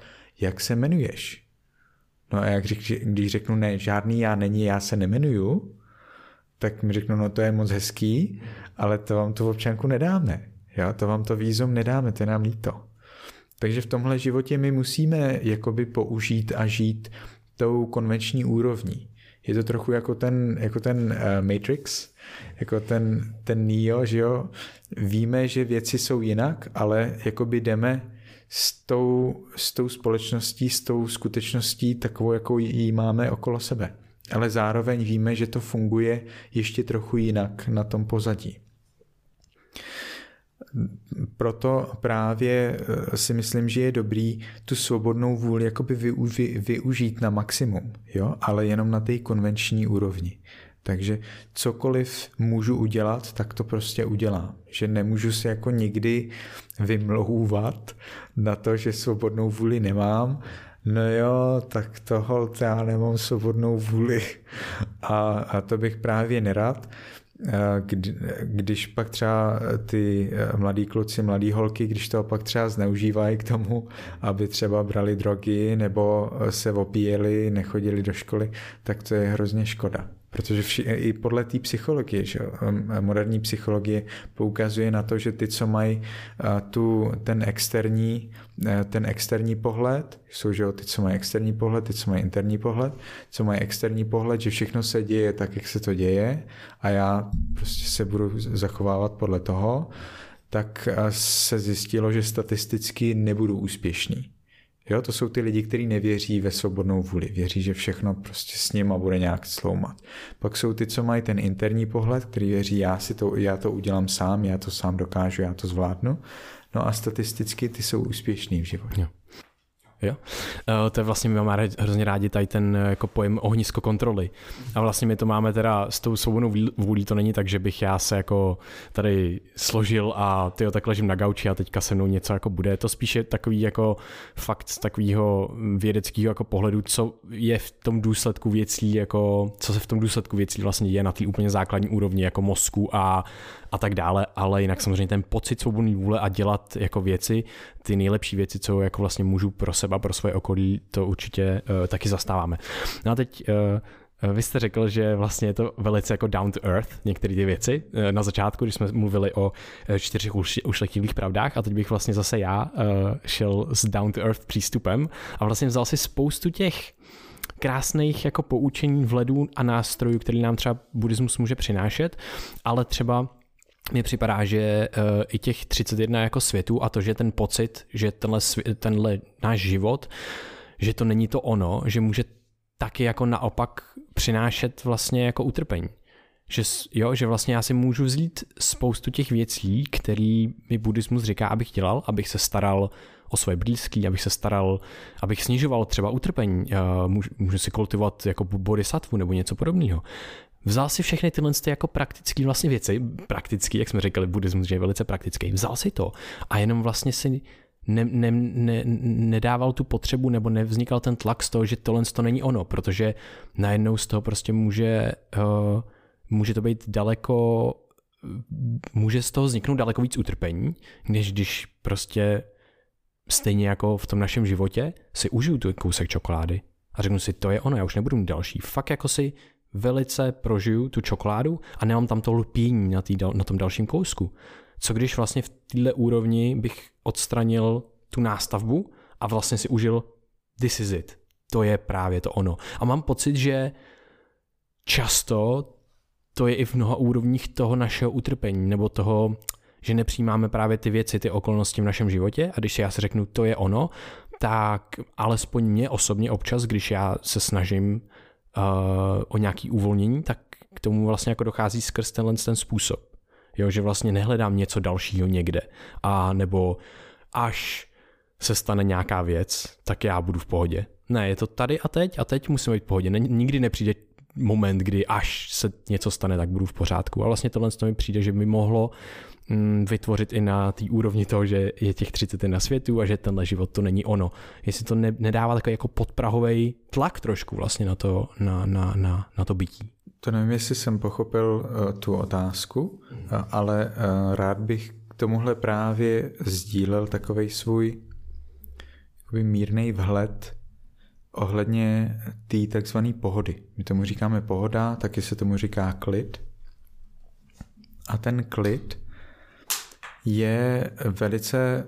jak se jmenuješ? No a jak řek, když řeknu, ne, žádný já není, já se nemenuju, tak mi řeknu, no to je moc hezký, ale to vám to v občanku nedáme. Jo? To vám to vízum nedáme, to je nám líto. Takže v tomhle životě my musíme jakoby použít a žít tou konvenční úrovní. Je to trochu jako ten, jako ten uh, Matrix, jako ten, ten Neo, že jo? Víme, že věci jsou jinak, ale jakoby jdeme s tou, s tou společností, s tou skutečností takovou, jakou ji máme okolo sebe. Ale zároveň víme, že to funguje ještě trochu jinak na tom pozadí. Proto právě si myslím, že je dobrý tu svobodnou vůli jakoby využít na maximum, jo? Ale jenom na té konvenční úrovni. Takže cokoliv můžu udělat, tak to prostě udělám. Že nemůžu si jako nikdy vymlouvat na to, že svobodnou vůli nemám. No jo, tak toho já nemám svobodnou vůli. A, a to bych právě nerad. Kdy, když pak třeba ty mladí kluci, mladí holky, když to pak třeba zneužívají k tomu, aby třeba brali drogy nebo se opíjeli, nechodili do školy, tak to je hrozně škoda. Protože vši, i podle té psychologie, že moderní psychologie poukazuje na to, že ty, co mají tu, ten, externí, ten externí pohled, jsou že ty, co mají externí pohled, ty, co mají interní pohled, co mají externí pohled, že všechno se děje tak, jak se to děje a já prostě se budu zachovávat podle toho, tak se zjistilo, že statisticky nebudu úspěšný. Jo, to jsou ty lidi, kteří nevěří ve svobodnou vůli. Věří, že všechno prostě s nima bude nějak sloumat. Pak jsou ty, co mají ten interní pohled, který věří, já, si to, já to udělám sám, já to sám dokážu, já to zvládnu. No a statisticky ty jsou úspěšný v životě. Jo. Jo? Uh, to je vlastně, my máme hrozně rádi tady ten jako pojem ohnisko kontroly. A vlastně my to máme teda s tou svobodnou vůlí, to není tak, že bych já se jako tady složil a tyjo, tak ležím na gauči a teďka se mnou něco jako bude. To spíše takový jako fakt z takového vědeckého jako pohledu, co je v tom důsledku věcí, jako co se v tom důsledku věcí vlastně je na té úplně základní úrovni jako mozku a a tak dále, ale jinak samozřejmě ten pocit svobodné vůle a dělat jako věci, ty nejlepší věci, co jako vlastně můžu pro sebe, pro svoje okolí, to určitě uh, taky zastáváme. No a teď uh, vy jste řekl, že vlastně je to velice jako down to earth, některé ty věci. Uh, na začátku, když jsme mluvili o uh, čtyřech ušlechtilých pravdách a teď bych vlastně zase já uh, šel s down to earth přístupem a vlastně vzal si spoustu těch krásných jako poučení vhledů a nástrojů, který nám třeba buddhismus může přinášet, ale třeba mně připadá, že uh, i těch třicet jedna jako světů a to, že ten pocit, že tenhle, tenhle náš život, že to není to ono, že může taky jako naopak přinášet vlastně jako utrpení. Že, jo, že vlastně já si můžu vzít spoustu těch věcí, které mi buddhismus říká, abych dělal, abych se staral o svoje blízký, abych se staral, abych snižoval třeba utrpení, uh, můžu, můžu si kultivovat jako bodhisattvu nebo něco podobného. Vzal si všechny tyhle jako praktické vlastně věci, praktický, jak jsme říkali, buddhismus, že je velice praktický, vzal si to a jenom vlastně si ne, ne, ne, nedával tu potřebu nebo nevznikal ten tlak z toho, že tohle to není ono, protože najednou z toho prostě může, uh, může to být daleko, může z toho vzniknout daleko víc utrpení, než když prostě stejně jako v tom našem životě si užiju tu kousek čokolády a řeknu si, to je ono, já už nebudu mít další. Fakt jako si velice prožiju tu čokoládu a nemám tam to lpění na, tý, na tom dalším kousku. Co když vlastně v této úrovni bych odstranil tu nástavbu a vlastně si užil this is it. To je právě to ono. A mám pocit, že často to je i v mnoha úrovních toho našeho utrpení nebo toho, že nepřijímáme právě ty věci, ty okolnosti v našem životě a když si já si řeknu, to je ono, tak alespoň mě osobně občas, když já se snažím Uh, o nějaký uvolnění, tak k tomu vlastně jako dochází skrz tenhle ten způsob. Jo, že vlastně nehledám něco dalšího někde. A nebo až se stane nějaká věc, tak já budu v pohodě. Ne, je to tady a teď a teď musím být v pohodě. Nikdy nepřijde moment, kdy až se něco stane, tak budu v pořádku. A vlastně tohle mi přijde, že by mohlo mm, vytvořit i na té úrovni toho, že je těch třicet na světu a že tenhle život to není ono. Jestli to ne, nedává takový jako podprahový tlak trošku vlastně na to, na, na, na, na to bytí. To nevím, jestli jsem pochopil uh, tu otázku, uh, ale uh, rád bych k tomuhle právě sdílel takovej svůj jakoby mírnej vhled ohledně té takzvané pohody. My tomu říkáme pohoda, taky se tomu říká klid. A ten klid je velice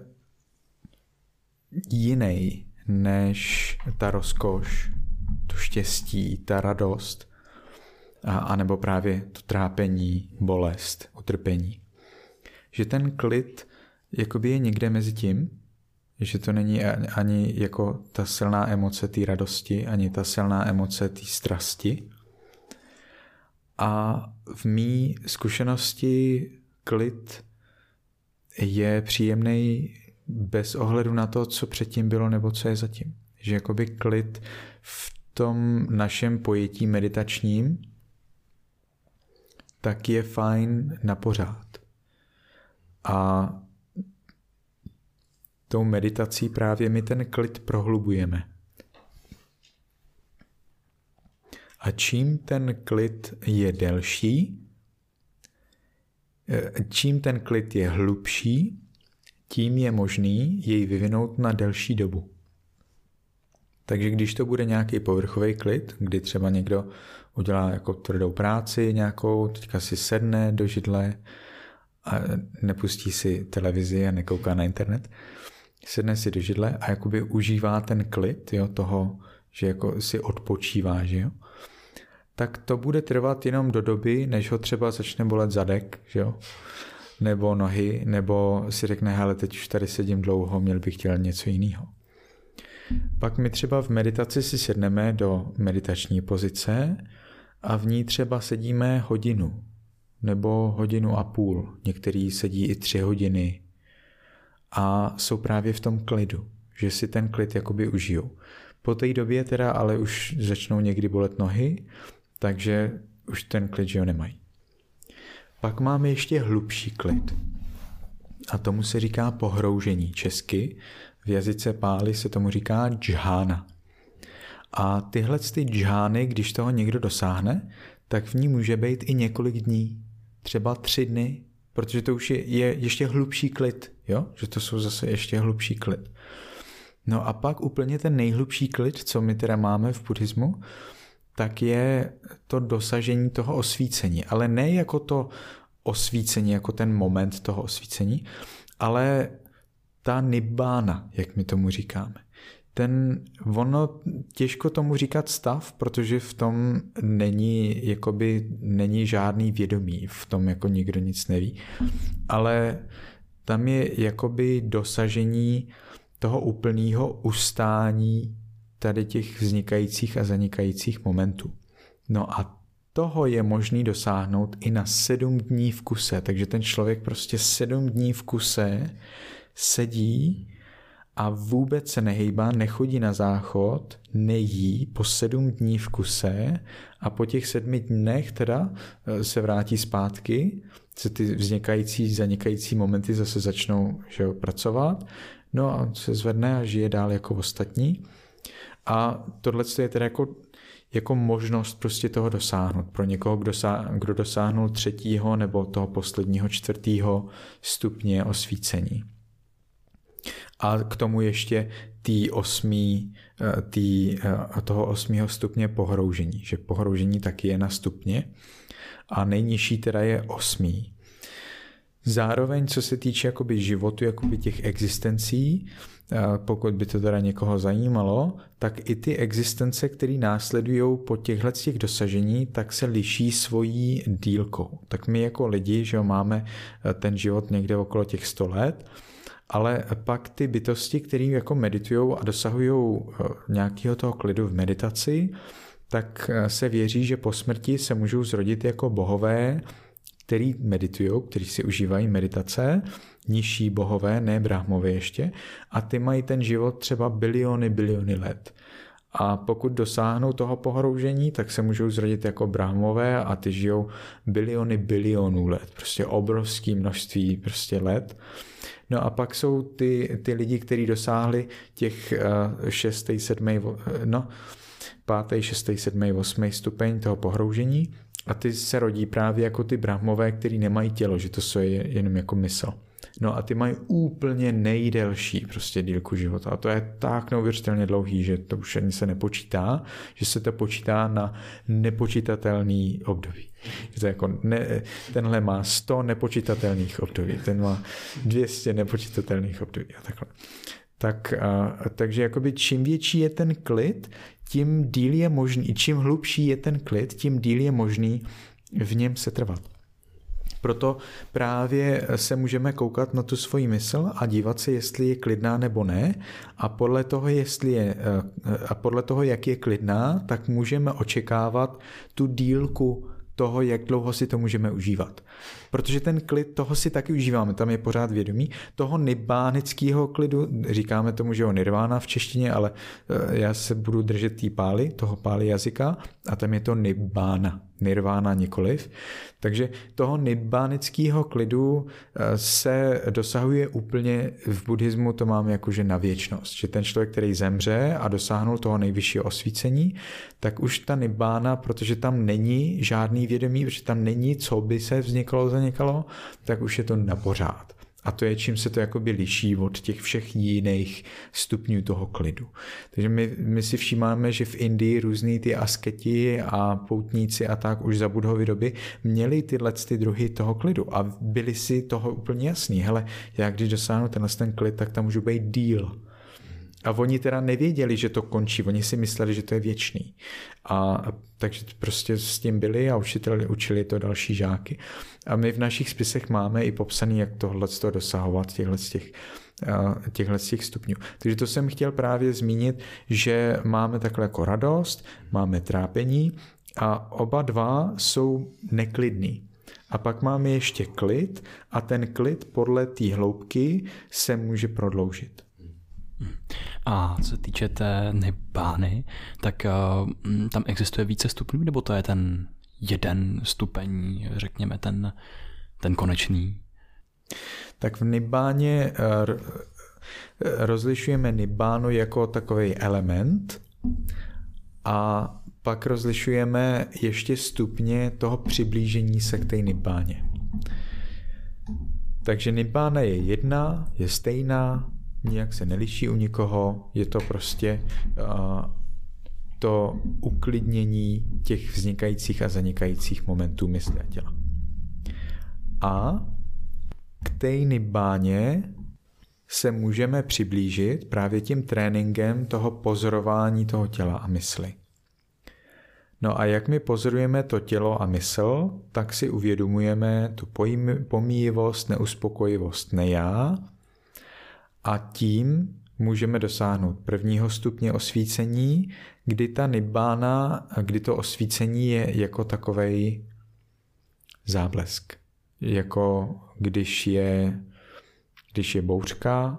jiný než ta rozkoš, to štěstí, ta radost, a, anebo právě to trápení, bolest, utrpení. Že ten klid jakoby je někde mezi tím, že to není ani jako ta silná emoce té radosti, ani ta silná emoce té strasti. A v mý zkušenosti klid je příjemný bez ohledu na to, co předtím bylo nebo co je zatím. Že jakoby klid v tom našem pojetí meditačním tak je fajn na pořád. A tou meditací právě my ten klid prohlubujeme. A čím ten klid je delší, čím ten klid je hlubší, tím je možný jej vyvinout na delší dobu. Takže když to bude nějaký povrchový klid, kdy třeba někdo udělá jako tvrdou práci nějakou, teďka si sedne do židle a nepustí si televizi a nekouká na internet, sedne si do židle a jakoby užívá ten klid, jo, toho, že jako si odpočívá, že jo, tak to bude trvat jenom do doby, než ho třeba začne bolet zadek, že jo, nebo nohy, nebo si řekne, hele, teď už tady sedím dlouho, měl bych chtěl něco jiného. Pak my třeba v meditaci si sedneme do meditační pozice a v ní třeba sedíme hodinu nebo hodinu a půl. Některý sedí i tři hodiny a jsou právě v tom klidu, že si ten klid jakoby užijou. Po té době teda ale už začnou někdy bolet nohy, takže už ten klid, že ho nemají. Pak máme ještě hlubší klid. A tomu se říká pohroužení česky. V jazyce Páli se tomu říká džhána. A tyhle ty džhány, když toho někdo dosáhne, tak v ní může být i několik dní. Třeba tři dny, protože to už je, je ještě hlubší klid. Jo? Že to jsou zase ještě hlubší klid. No a pak úplně ten nejhlubší klid, co my teda máme v buddhismu, tak je to dosažení toho osvícení. Ale ne jako to osvícení, jako ten moment toho osvícení, ale ta nibbána, jak my tomu říkáme. Ten, ono těžko tomu říkat stav, protože v tom není, jakoby, není žádný vědomí, v tom jako nikdo nic neví, ale tam je jakoby dosažení toho úplného ustání tady těch vznikajících a zanikajících momentů. No a toho je možný dosáhnout i na sedm dní v kuse, takže ten člověk prostě sedm dní v kuse sedí a vůbec se nehejbá, nechodí na záchod, nejí po sedm dní v kuse a po těch sedmi dnech teda se vrátí zpátky, se ty vznikající, zanikající momenty zase začnou, že jo, pracovat, no a se zvedne a žije dál jako ostatní. A tohle je teda jako, jako možnost prostě toho dosáhnout. Pro někoho, kdo, sá, kdo dosáhnul třetího nebo toho posledního čtvrtého stupně osvícení. A k tomu ještě tý osmý, tý, toho osmého stupně pohroužení. Že pohroužení taky je na stupně. A nejnižší teda je osmý. Zároveň, co se týče jakoby životu, jakoby těch existencí, pokud by to teda někoho zajímalo, tak i ty existence, které následují po těchto těch dosažení, tak se liší svojí dílkou. Tak my jako lidi, že máme ten život někde okolo těch sto let, ale pak ty bytosti, které jako meditují a dosahují nějakého toho klidu v meditaci, tak se věří, že po smrti se můžou zrodit jako bohové, který meditují, kteří si užívají meditace, nižší bohové, ne brahmové ještě, a ty mají ten život třeba biliony, biliony let. A pokud dosáhnou toho pohroužení, tak se můžou zrodit jako brahmové a ty žijou biliony, bilionů let. Prostě obrovské množství prostě let. No a pak jsou ty, ty lidi, kteří dosáhli těch uh, šestý, sedmý, no, pátý, šestý, sedmý, osmý stupeň toho pohroužení a ty se rodí právě jako ty brahmové, který nemají tělo, že to je jenom jako mysl. No a ty mají úplně nejdelší prostě dílku života. A to je tak neuvěřitelně dlouhý, že to už ani se nepočítá, že se to počítá na nepočítatelný období. To jako ne, tenhle má sto nepočítatelných období, ten má dvě stě nepočítatelných období a takhle. Tak, a, takže jakoby čím větší je ten klid, tím díl je možný, čím hlubší je ten klid, tím díl je možný v něm setrvat. Proto právě se můžeme koukat na tu svoji mysl a dívat se, jestli je klidná nebo ne, a podle toho, jestli je, a podle toho, jak je klidná, tak můžeme očekávat tu dílku toho, jak dlouho si to můžeme užívat. Protože ten klid, toho si taky užíváme, tam je pořád vědomí. Toho nibbánického klidu, říkáme tomu, že ho nirvána v češtině, ale já se budu držet tý pály, toho pály jazyka, a tam je to nibbána, nirvána nikoliv. Takže toho nibbánického klidu se dosahuje úplně, v buddhismu to máme jakože na věčnost, že ten člověk, který zemře a dosáhnul toho nejvyššího osvícení, tak už ta nibbána, protože tam není žádný vědomí, protože tam není, co by se vzniklo, zanikalo, tak už je to na pořád. A to je, čím se to jakoby liší od těch všech jiných stupňů toho klidu. Takže my, my si všímáme, že v Indii různý ty asketi a poutníci a tak už za Buddhovy doby měli tyhle ty druhy toho klidu a byli si toho úplně jasný. Hele, já když dosáhnu tenhle ten klid, tak tam můžu být díl. A oni teda nevěděli, že to končí, oni si mysleli, že to je věčný. A takže prostě s tím byli a učitelé učili to další žáky. A my v našich spisech máme i popsaný, jak tohle dosahovat, těchhle těch, těchhle těch stupňů. Takže to jsem chtěl právě zmínit, že máme takhle jako radost, máme trápení a oba dva jsou neklidný. A pak máme ještě klid a ten klid podle té hloubky se může prodloužit. A co se týče té nibbány, tak uh, tam existuje více stupňů, nebo to je ten jeden stupeň, řekněme, ten, ten konečný? Tak v nibbáně uh, rozlišujeme nibbánu jako takový element a pak rozlišujeme ještě stupně toho přiblížení se k té nibbáně. Takže nibbána je jedna, je stejná, nijak se neliší u nikoho, je to prostě uh, to uklidnění těch vznikajících a zanikajících momentů mysli a těla. A k té nibbáně se můžeme přiblížit právě tím tréninkem toho pozorování toho těla a mysli. No a jak my pozorujeme to tělo a mysl, tak si uvědomujeme tu pomíjivost, neuspokojivost nejá, a tím můžeme dosáhnout prvního stupně osvícení, kdy ta nibbána, kdy to osvícení je jako takovej záblesk. Jako když je, když je bouřka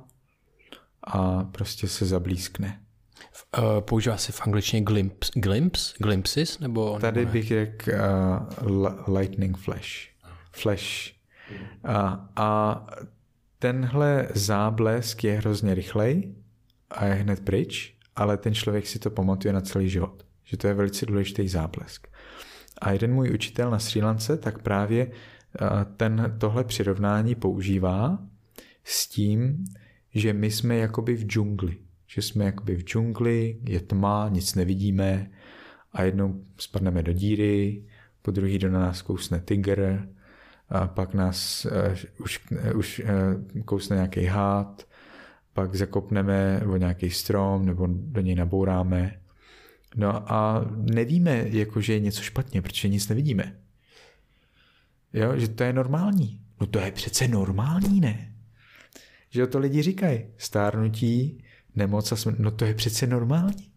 a prostě se zablískne. Uh, používá se v angličtině glimpse, glimpse, glimpses? Nebo, Tady nebo bych řekl uh, lightning flash. Flash. Uh, a tenhle záblesk je hrozně rychlej a je hned pryč, ale ten člověk si to pamatuje na celý život. Že to je velice důležitý záblesk. A jeden můj učitel na Srí Lance tak právě ten, tohle přirovnání používá s tím, že my jsme jakoby v džungli. Že jsme jakoby v džungli, je tma, nic nevidíme a jednou spadneme do díry, po druhý do nás kousne tygr, a pak nás uh, už, uh, už uh, kousne nějaký hád, pak zakopneme o nějaký strom nebo do něj nabouráme. No a nevíme, jako, že je něco špatně, protože nic nevidíme. Jo, že to je normální. No to je přece normální, ne? Že to lidi říkají. Stárnutí, nemoc a smrt. No to je přece normální.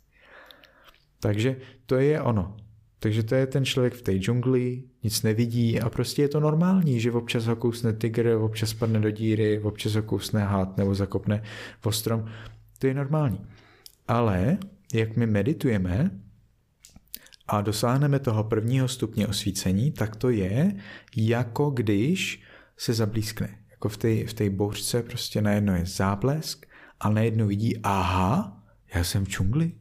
Takže to je ono. Takže to je ten člověk v té džungli, nic nevidí a prostě je to normální, že občas ho kousne tygr, občas padne do díry, občas ho kousne hád nebo zakopne o strom. To je normální. Ale jak my meditujeme a dosáhneme toho prvního stupně osvícení, tak to je, jako když se zablískne. Jako v té v té bouřce prostě najednou je záblesk a najednou vidí, aha, já jsem v džungli.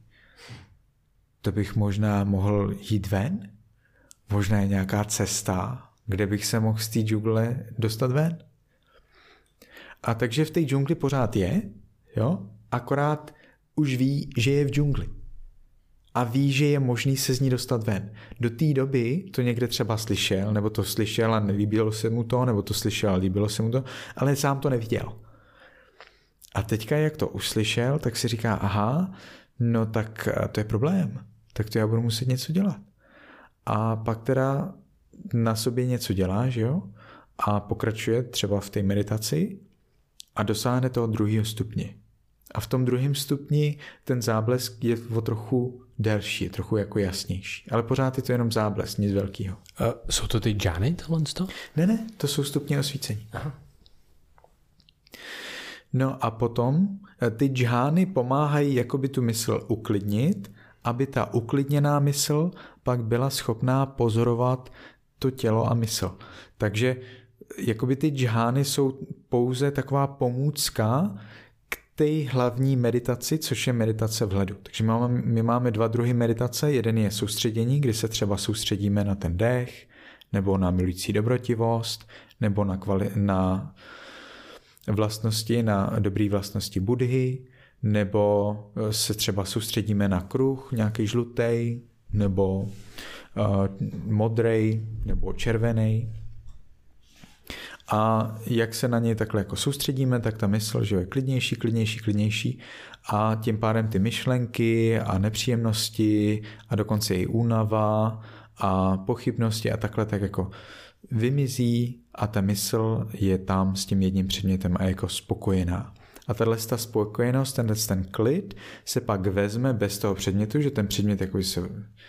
To bych možná mohl jít ven? Možná je nějaká cesta, kde bych se mohl z té džungle dostat ven? A takže v té džungli pořád je, jo, akorát už ví, že je v džungli. A ví, že je možný se z ní dostat ven. Do té doby to někde třeba slyšel, nebo to slyšel a nelíbilo se mu to, nebo to slyšel a líbilo se mu to, ale sám to neviděl. A teďka, jak to uslyšel, tak si říká, aha, no tak to je problém. Tak to já budu muset něco dělat. A pak teda na sobě něco dělá, že jo? A pokračuje třeba v té meditaci a dosáhne toho druhého stupně. A v tom druhém stupni ten záblesk je o trochu delší, je trochu jako jasnější. Ale pořád je to jenom záblesk, nic velkého. Uh, jsou to ty džány, tohle? Ne, ne, to jsou stupně osvícení. Aha. No a potom ty džhány pomáhají jakoby tu mysl uklidnit, aby ta uklidněná mysl pak byla schopná pozorovat to tělo a mysl. Takže jakoby ty džhány jsou pouze taková pomůcka k té hlavní meditaci, což je meditace vhledu. Takže my máme, my máme dva druhy meditace. Jeden je soustředění, kdy se třeba soustředíme na ten dech, nebo na milující dobrotivost, nebo na, kvali- na vlastnosti, na dobré vlastnosti Buddhy, nebo se třeba soustředíme na kruh, nějaký žlutý, nebo uh, modrej, nebo červený. A jak se na něj takhle jako soustředíme, tak ta mysl, že je klidnější, klidnější, klidnější a tím pádem ty myšlenky a nepříjemnosti a dokonce i únava a pochybnosti a takhle tak jako vymizí a ta mysl je tam s tím jedním předmětem a jako spokojená. A tahle ta spokojenost, tenhle ten klid se pak vezme bez toho předmětu, že ten předmět jako se uh,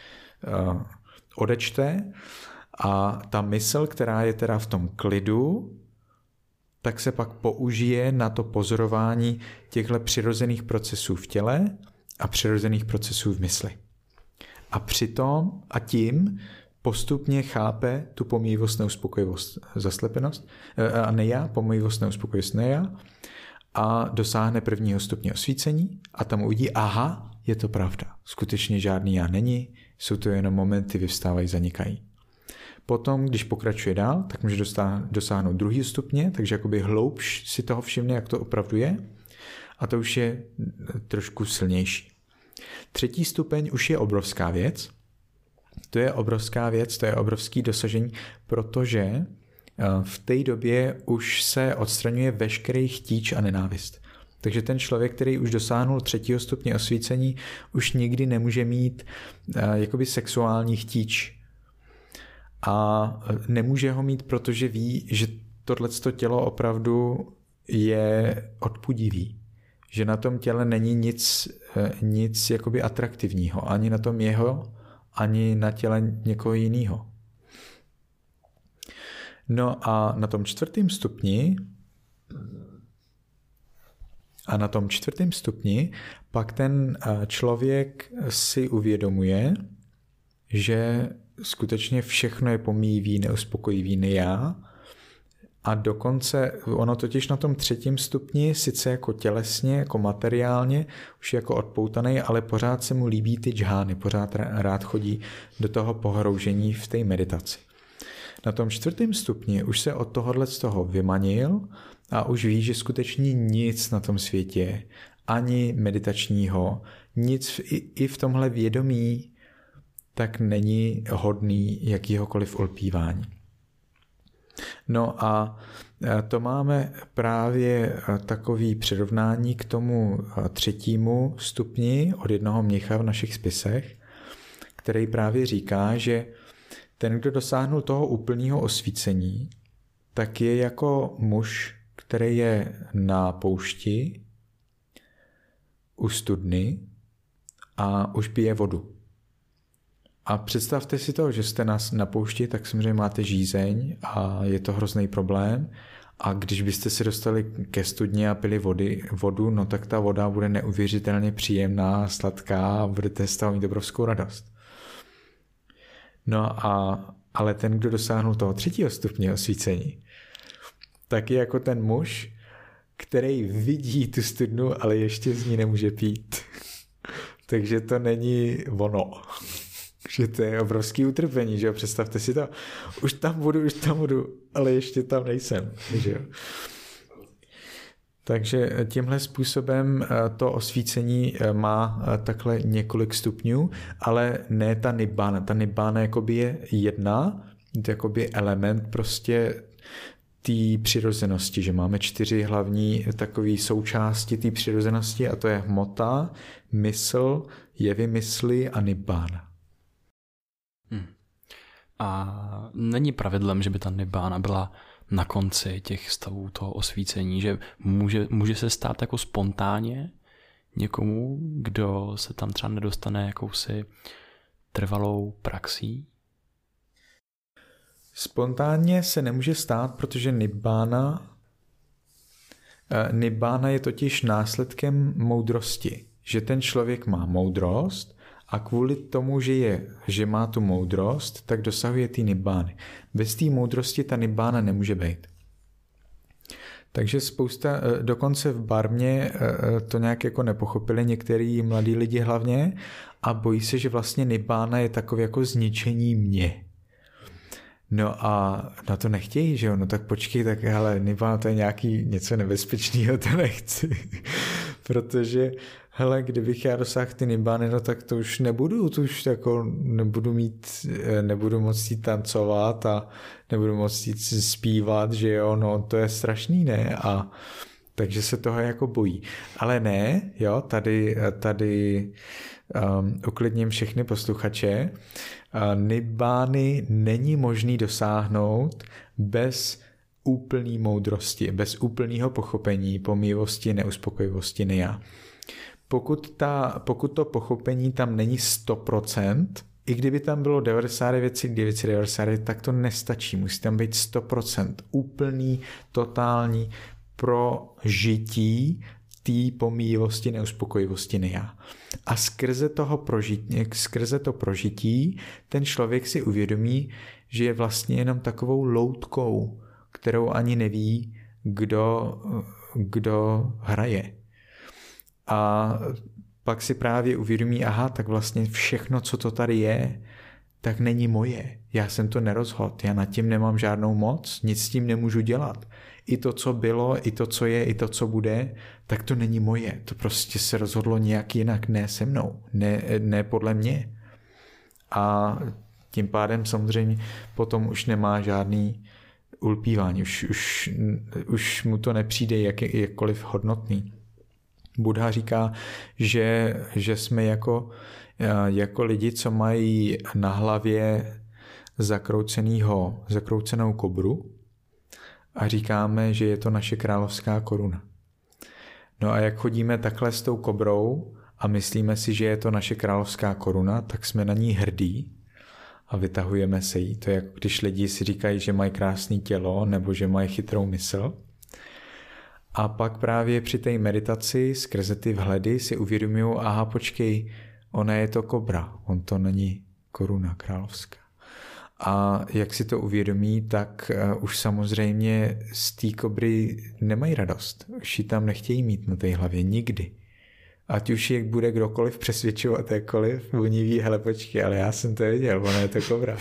odečte a ta mysl, která je teda v tom klidu, tak se pak použije na to pozorování těchto přirozených procesů v těle a přirozených procesů v mysli. A přitom a tím postupně chápe tu pomíjivost, neuspokojivost, zaslepenost a neja, pomíjivost, neuspokojivost, neja a dosáhne prvního stupně osvícení a tam uvidí, aha, je to pravda. Skutečně žádný já není, jsou to jenom momenty, vyvstávají, zanikají. Potom, když pokračuje dál, tak může dosáhnout druhý stupně, takže jakoby hloubš si toho všimne, jak to opravdu je a to už je trošku silnější. Třetí stupeň už je obrovská věc. To je obrovská věc, to je obrovský dosažení, protože v té době už se odstraňuje veškerý chtíč a nenávist. Takže ten člověk, který už dosáhnul třetího stupně osvícení, už nikdy nemůže mít jakoby sexuální chtíč. A nemůže ho mít, protože ví, že tohleto tělo opravdu je odpudivý. Že na tom těle není nic, nic jakoby atraktivního. Ani na tom jeho, ani na těle někoho jiného. No a na tom čtvrtém stupni a na tom čtvrtém stupni pak ten člověk si uvědomuje, že skutečně všechno je pomíjivý, neuspokojivý nejá a dokonce ono totiž na tom třetím stupni sice jako tělesně, jako materiálně už je jako odpoutaný, ale pořád se mu líbí ty džhány, pořád rád chodí do toho pohroužení v té meditaci. Na tom čtvrtém stupni už se od tohohle z toho vymanil a už ví, že skutečně nic na tom světě, ani meditačního, nic i, i v tomhle vědomí tak není hodný jakýhokoliv ulpívání. No a to máme právě takový přirovnání k tomu třetímu stupni od jednoho mnicha v našich spisech, který právě říká, že ten, kdo dosáhnul toho úplného osvícení, tak je jako muž, který je na poušti u studny a už pije vodu. A představte si to, že jste na poušti, tak samozřejmě máte žízeň a je to hrozný problém. A když byste se dostali ke studně a pili vody, vodu, no tak ta voda bude neuvěřitelně příjemná, sladká a budete z toho mít obrovskou radost. No a, ale ten, kdo dosáhnul toho třetího stupně osvícení, tak je jako ten muž, který vidí tu studnu, ale ještě z ní nemůže pít. Takže to není ono. Že to je obrovský utrpení, že jo? Představte si to. Už tam budu, už tam budu, ale ještě tam nejsem. Že jo? Takže tímhle způsobem to osvícení má takhle několik stupňů, ale ne ta nibbána. Ta nibbána jakoby je jedna, jakoby element prostě té přirozenosti, že máme čtyři hlavní takové součásti té přirozenosti a to je hmota, mysl, jevy mysli a nibbána. Hmm. A není pravidlem, že by ta nibbána byla na konci těch stavů toho osvícení, že může, může se stát jako spontánně někomu, kdo se tam třeba nedostane jakousi trvalou praxí? Spontánně se nemůže stát, protože nibbána, nibbána je totiž následkem moudrosti. Že ten člověk má moudrost a kvůli tomu, že, je, že má tu moudrost, tak dosahuje ty nibbány. Bez té moudrosti ta nibbána nemůže být. Takže spousta, dokonce v Barmě to nějak jako nepochopili některý mladí lidi hlavně a bojí se, že vlastně nibbána je takové jako zničení mě. No a na to nechtějí, že jo? No tak počkej, tak hele, nibbána to je nějaký něco nebezpečného, to nechci. Protože hele, kdybych já dosáhl ty nibbány, no tak to už nebudu, to už jako nebudu mít, nebudu moct jít tancovat a nebudu moct jít zpívat, že jo, no to je strašný, ne? A takže se toho jako bojí. Ale ne, jo, tady, tady um, uklidním všechny posluchače. Uh, nibbány není možný dosáhnout bez úplný moudrosti, bez úplného pochopení, pomývosti, neuspokojivosti, nejá. Pokud, ta, pokud to pochopení tam není sto procent, i kdyby tam bylo devadesát devět devět devadesát devět, tak to nestačí. Musí tam být sto procent úplný, totální prožití té pomývosti, neuspokojivosti, nejá. A skrze, toho prožití, skrze to prožití ten člověk si uvědomí, že je vlastně jenom takovou loutkou, kterou ani neví, kdo, kdo hraje. A pak si právě uvědomí, aha, tak vlastně všechno, co to tady je, tak není moje. Já jsem to nerozhodl, já nad tím nemám žádnou moc, nic s tím nemůžu dělat. I to, co bylo, i to, co je, i to, co bude, tak to není moje. To prostě se rozhodlo nějak jinak, ne se mnou, ne, ne podle mě. A tím pádem samozřejmě potom už nemá žádný ulpívání, už, už, už mu to nepřijde jak, jakkoliv hodnotný. Buddha říká, že, že jsme jako, jako lidi, co mají na hlavě zakroucenýho, zakroucenou kobru a říkáme, že je to naše královská koruna. No a jak chodíme takhle s tou kobrou a myslíme si, že je to naše královská koruna, tak jsme na ní hrdí a vytahujeme se jí. To je jako když lidi si říkají, že mají krásné tělo nebo že mají chytrou mysl. A pak právě při té meditaci skrze ty vhledy si uvědomují, aha, počkej, ona je to kobra, on to není koruna královská. A jak si to uvědomí, tak už samozřejmě z té kobry nemají radost. Už ji tam nechtějí mít na té hlavě nikdy. Ať už je bude kdokoliv přesvědčovat jakkoliv, oni ví, hele počkej, ale já jsem to věděl, ona je to kobra.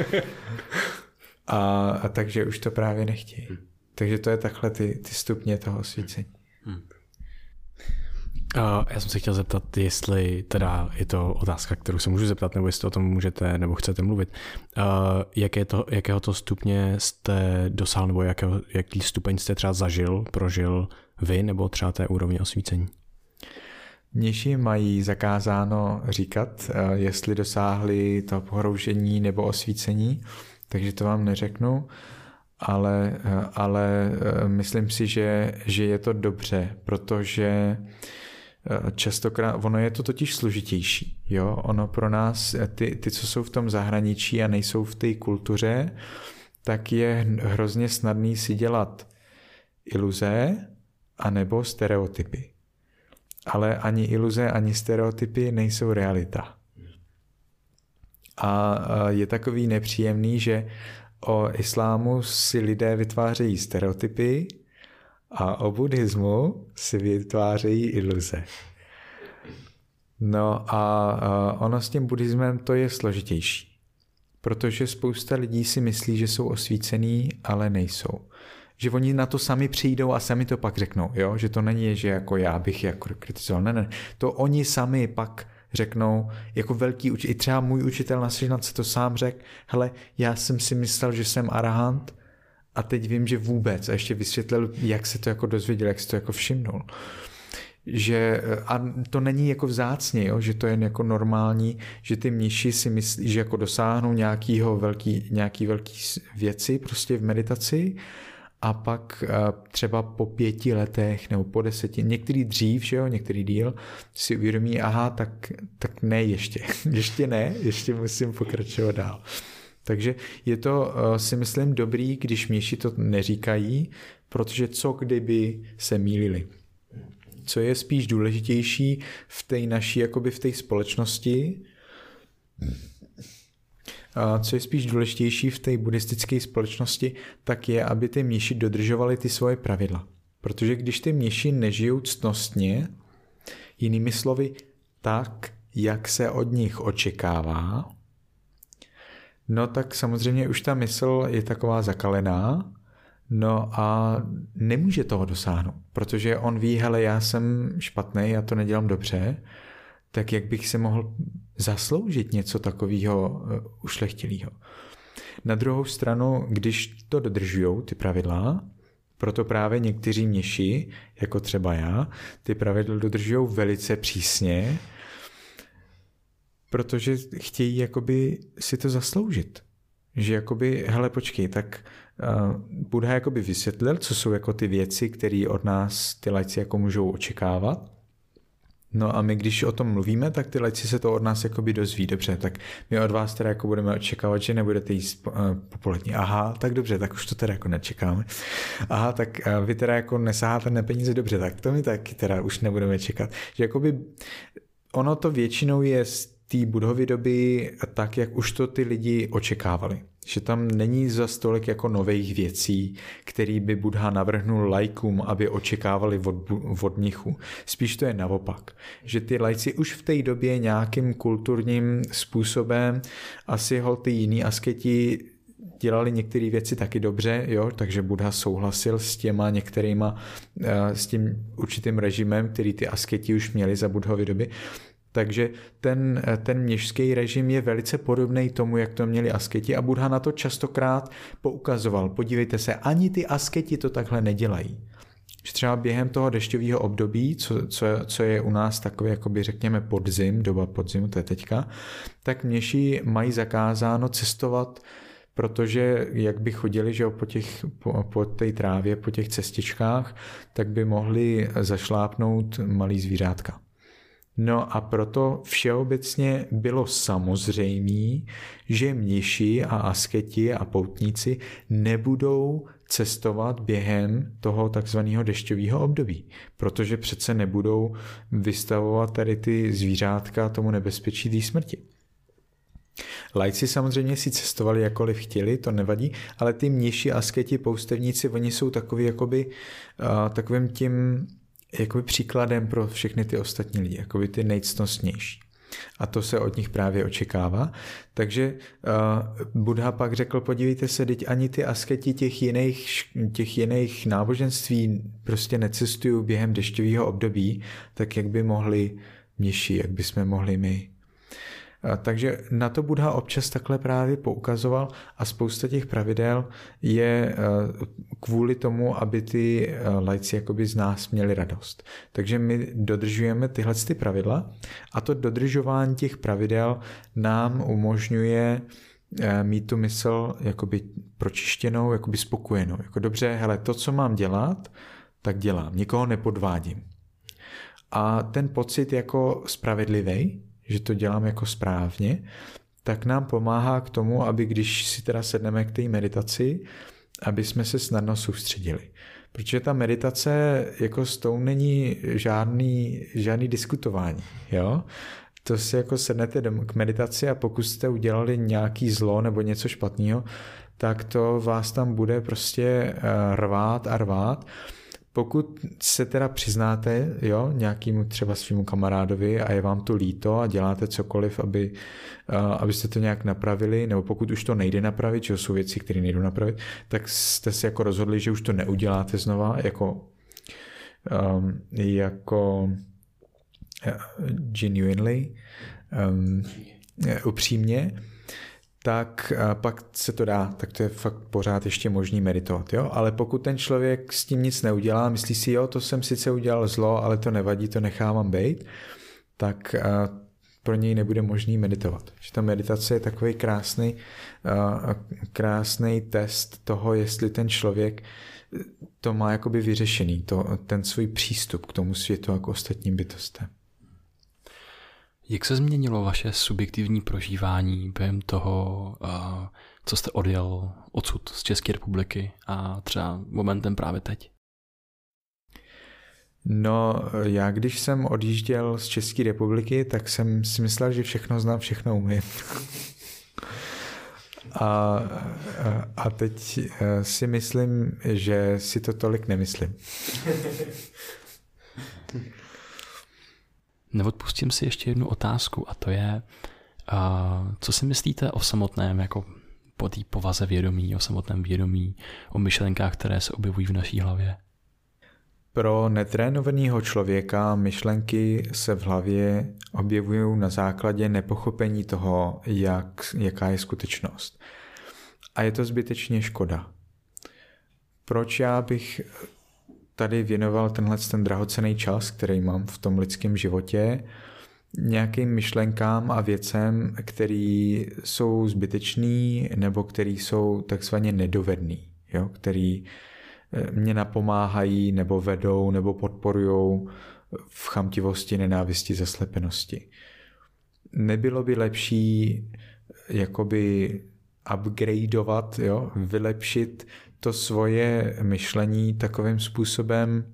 a, a takže už to právě nechtějí. Takže to je takhle ty, ty stupně toho osvícení. Hmm. Uh, já jsem se chtěl zeptat, jestli teda je to otázka, kterou se můžu zeptat, nebo jestli o tom můžete nebo chcete mluvit. Uh, jaké to, jakého to stupně jste dosáhl, nebo jakého, jaký stupeň jste třeba zažil, prožil vy, nebo třeba té úrovně osvícení? Mniši mají zakázáno říkat, uh, jestli dosáhli to pohroužení nebo osvícení, takže to vám neřeknu. Ale, ale myslím si, že, že je to dobře, protože častokrát, ono je to totiž složitější. Jo? Ono pro nás, ty, ty, co jsou v tom zahraničí a nejsou v té kultuře, tak je hrozně snadný si dělat iluze anebo stereotypy. Ale ani iluze, ani stereotypy nejsou realita. A je takový nepříjemný, že o islámu si lidé vytvářejí stereotypy a o buddhismu si vytvářejí iluze. No a ono s tím buddhismem to je složitější, protože spousta lidí si myslí, že jsou osvícený, ale nejsou. že oni na to sami přijdou a sami to pak řeknou, jo? Že to není, že jako já bych jako kritizoval, ne, ne, to oni sami pak řeknou, jako velký učitel, i třeba můj učitel na Srílance to sám řekl, hele, já jsem si myslel, že jsem arahant a teď vím, že vůbec, a ještě vysvětlil, jak se to jako dozvěděl, jak se to jako všimnul. Že, a to není jako vzácně, jo? Že to je jako normální, že ty mniši si myslí, že jako dosáhnou nějakýho velký, nějaký velký věci prostě v meditaci a pak třeba po pěti letech nebo po deseti, některý dřív, že jo, některý díl si uvědomí, aha, tak, tak ne ještě, ještě ne, ještě musím pokračovat dál. Takže je to, si myslím, dobrý, když mniši to neříkají, protože co kdyby se mýlili. Co je spíš důležitější v té naší, jakoby v té společnosti, a co je spíš důležitější v té buddhistické společnosti, tak je, aby ty mniši dodržovali ty svoje pravidla. Protože když ty mniši nežijou ctnostně, jinými slovy, tak, jak se od nich očekává, no tak samozřejmě už ta mysl je taková zakalená, no a nemůže toho dosáhnout, protože on ví, hele, já jsem špatný, já to nedělám dobře, tak jak bych se mohl zasloužit něco takového ušlechtilého. Na druhou stranu, když to dodržujou, ty pravidla, proto právě někteří mniši, jako třeba já, ty pravidla dodržujou velice přísně, protože chtějí jakoby si to zasloužit. Že jakoby, hele, počkej, tak uh, Buddha jakoby vysvětlil, co jsou jako ty věci, které od nás ty laici jako můžou očekávat. No a my, když o tom mluvíme, tak ty laici se to od nás jakoby dozví. Dobře, tak my od vás teda jako budeme očekávat, že nebudete jíst uh, popolední. Aha, tak dobře, tak už to teda jako nečekáme. Aha, tak uh, vy teda jako nesaháte na peníze, dobře, tak to my taky teda už nebudeme čekat. Že jakoby ono to většinou je té Buddhovy doby tak, jak už to ty lidi očekávali. Že tam není za stolik jako nových věcí, který by Buddha navrhnul laikům, aby očekávali od, od mnichů. Spíš to je naopak. Že ty laici už v té době nějakým kulturním způsobem asi hol ty jiný asketi dělali některé věci taky dobře, jo, takže Buddha souhlasil s těma některýma, s tím určitým režimem, který ty asketi už měli za Buddhovy doby. Takže ten, ten mnišský režim je velice podobný tomu, jak to měli asketi a Buddha na to častokrát poukazoval. Podívejte se, ani ty asketi to takhle nedělají. Třeba během toho dešťového období, co, co, co je u nás takový, jakoby řekněme podzim, doba podzimu, to je teďka, tak mniši mají zakázáno cestovat, protože jak by chodili, že po, těch, po, po té trávě, po těch cestičkách, tak by mohli zašlápnout malý zvířátka. No a proto všeobecně bylo samozřejmé, že mniši a asketi a poutníci nebudou cestovat během toho takzvaného dešťového období, protože přece nebudou vystavovat tady ty zvířátka tomu nebezpečí té smrti. Laici samozřejmě si cestovali jakkoliv chtěli, to nevadí, ale ty mniši, asketi, poustevníci, oni jsou takový jakoby uh, takovým tím jakoby příkladem pro všechny ty ostatní lidi, jakoby ty nejctnostnější. A to se od nich právě očekává. Takže uh, Buddha pak řekl, podívejte se, teď ani ty asketi těch jiných, těch jiných náboženství prostě necestují během dešťového období, tak jak by mohli mniši, jak by jsme mohli my. Takže na to Buddha občas takhle právě poukazoval a spousta těch pravidel je kvůli tomu, aby ty laici jakoby z nás měli radost. Takže my dodržujeme tyhle ty pravidla a to dodržování těch pravidel nám umožňuje mít tu mysl jakoby pročištěnou, jakoby spokojenou. Jako dobře, hele, to, co mám dělat, tak dělám. Nikoho nepodvádím. A ten pocit jako spravedlivý, že to dělám jako správně, tak nám pomáhá k tomu, aby když si teda sedneme k té meditaci, aby jsme se snadno soustředili. Protože ta meditace jako s tou není žádný, žádný diskutování. Jo? To si jako sednete k meditaci a pokud jste udělali nějaký zlo nebo něco špatného, tak to vás tam bude prostě rvát a rvát. pokud se teda přiznáte, jo, nějakému třeba svýmu kamarádovi a je vám to líto a děláte cokoliv, aby, uh, abyste to nějak napravili, nebo pokud už to nejde napravit, že jsou věci, které nejdou napravit, tak jste si jako rozhodli, že už to neuděláte znova, jako, um, jako uh, genuinely, um, upřímně, tak pak se to dá, tak to je fakt pořád ještě možný meditovat. Jo? Ale pokud ten člověk s tím nic neudělá, myslí si, jo, to jsem sice udělal zlo, ale to nevadí, to nechávám bejt, tak pro něj nebude možný meditovat. Že ta meditace je takový krásný, krásný test toho, jestli ten člověk to má jakoby vyřešený, to, ten svůj přístup k tomu světu a k ostatním bytostem. Jak se změnilo vaše subjektivní prožívání během toho, co jste odjel odsud z České republiky a třeba momentem právě teď? No, já když jsem odjížděl z České republiky, tak jsem si myslel, že všechno znám, všechno umím. a, a teď si myslím, že si to tolik nemyslím. Neodpustím si ještě jednu otázku a to je, uh, co si myslíte o samotném, jako po té povaze vědomí, o samotném vědomí, o myšlenkách, které se objevují v naší hlavě? Pro netrénovaného člověka myšlenky se v hlavě objevují na základě nepochopení toho, jak, jaká je skutečnost. A je to zbytečně škoda. Proč já bych tady věnoval tenhle ten drahocenný čas, který mám v tom lidském životě, nějakým myšlenkám a věcem, které jsou zbytečný nebo které jsou takzvaně nedovedný, jo? Který mě napomáhají nebo vedou nebo podporujou v chamtivosti, nenávisti, zaslepenosti. Nebylo by lepší jakoby upgradeovat, jo? Vylepšit to svoje myšlení takovým způsobem,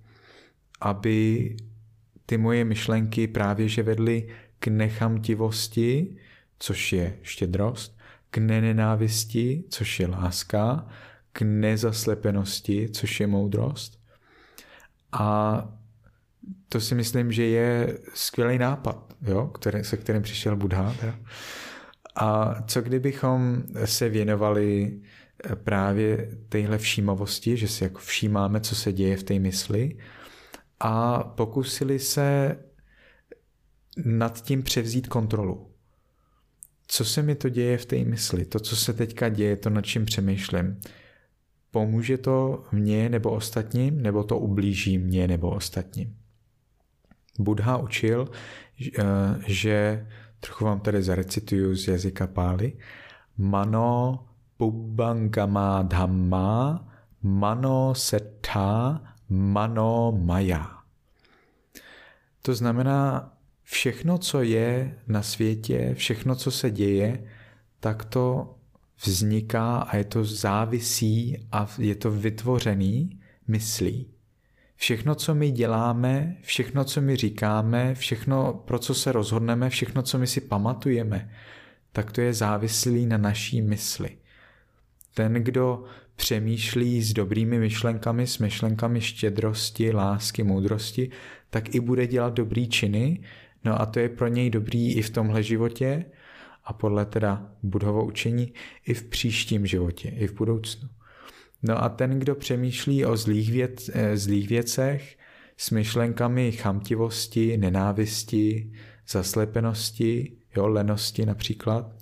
aby ty moje myšlenky právě že vedly k nechamtivosti, což je štědrost, k nenenávisti, což je láska, k nezaslepenosti, což je moudrost. A to si myslím, že je skvělý nápad, jo? Který, se kterým přišel Buddha. Teda. A co kdybychom se věnovali právě téhle všímavosti, že si jako všímáme, co se děje v té mysli a pokusili se nad tím převzít kontrolu. Co se mi to děje v té mysli? To, co se teďka děje, to, nad čím přemýšlím. Pomůže to mně nebo ostatním, nebo to ublíží mně nebo ostatním? Buddha učil, že, trochu vám tady zarecituju z jazyka Páli, mano pubbangama dhamma, mano settha, mano maya. To znamená, všechno, co je na světě, všechno, co se děje, tak to vzniká a je to závisí a je to vytvořený myslí. Všechno, co my děláme, všechno, co my říkáme, všechno, pro co se rozhodneme, všechno, co my si pamatujeme, tak to je závislý na naší mysli. Ten, kdo přemýšlí s dobrými myšlenkami, s myšlenkami štědrosti, lásky, moudrosti, tak i bude dělat dobrý činy, no a to je pro něj dobrý i v tomhle životě a podle teda Buddhovo učení i v příštím životě, i v budoucnu. No a ten, kdo přemýšlí o zlých, věc, zlých věcech s myšlenkami chamtivosti, nenávisti, zaslepenosti, jo, lenosti například,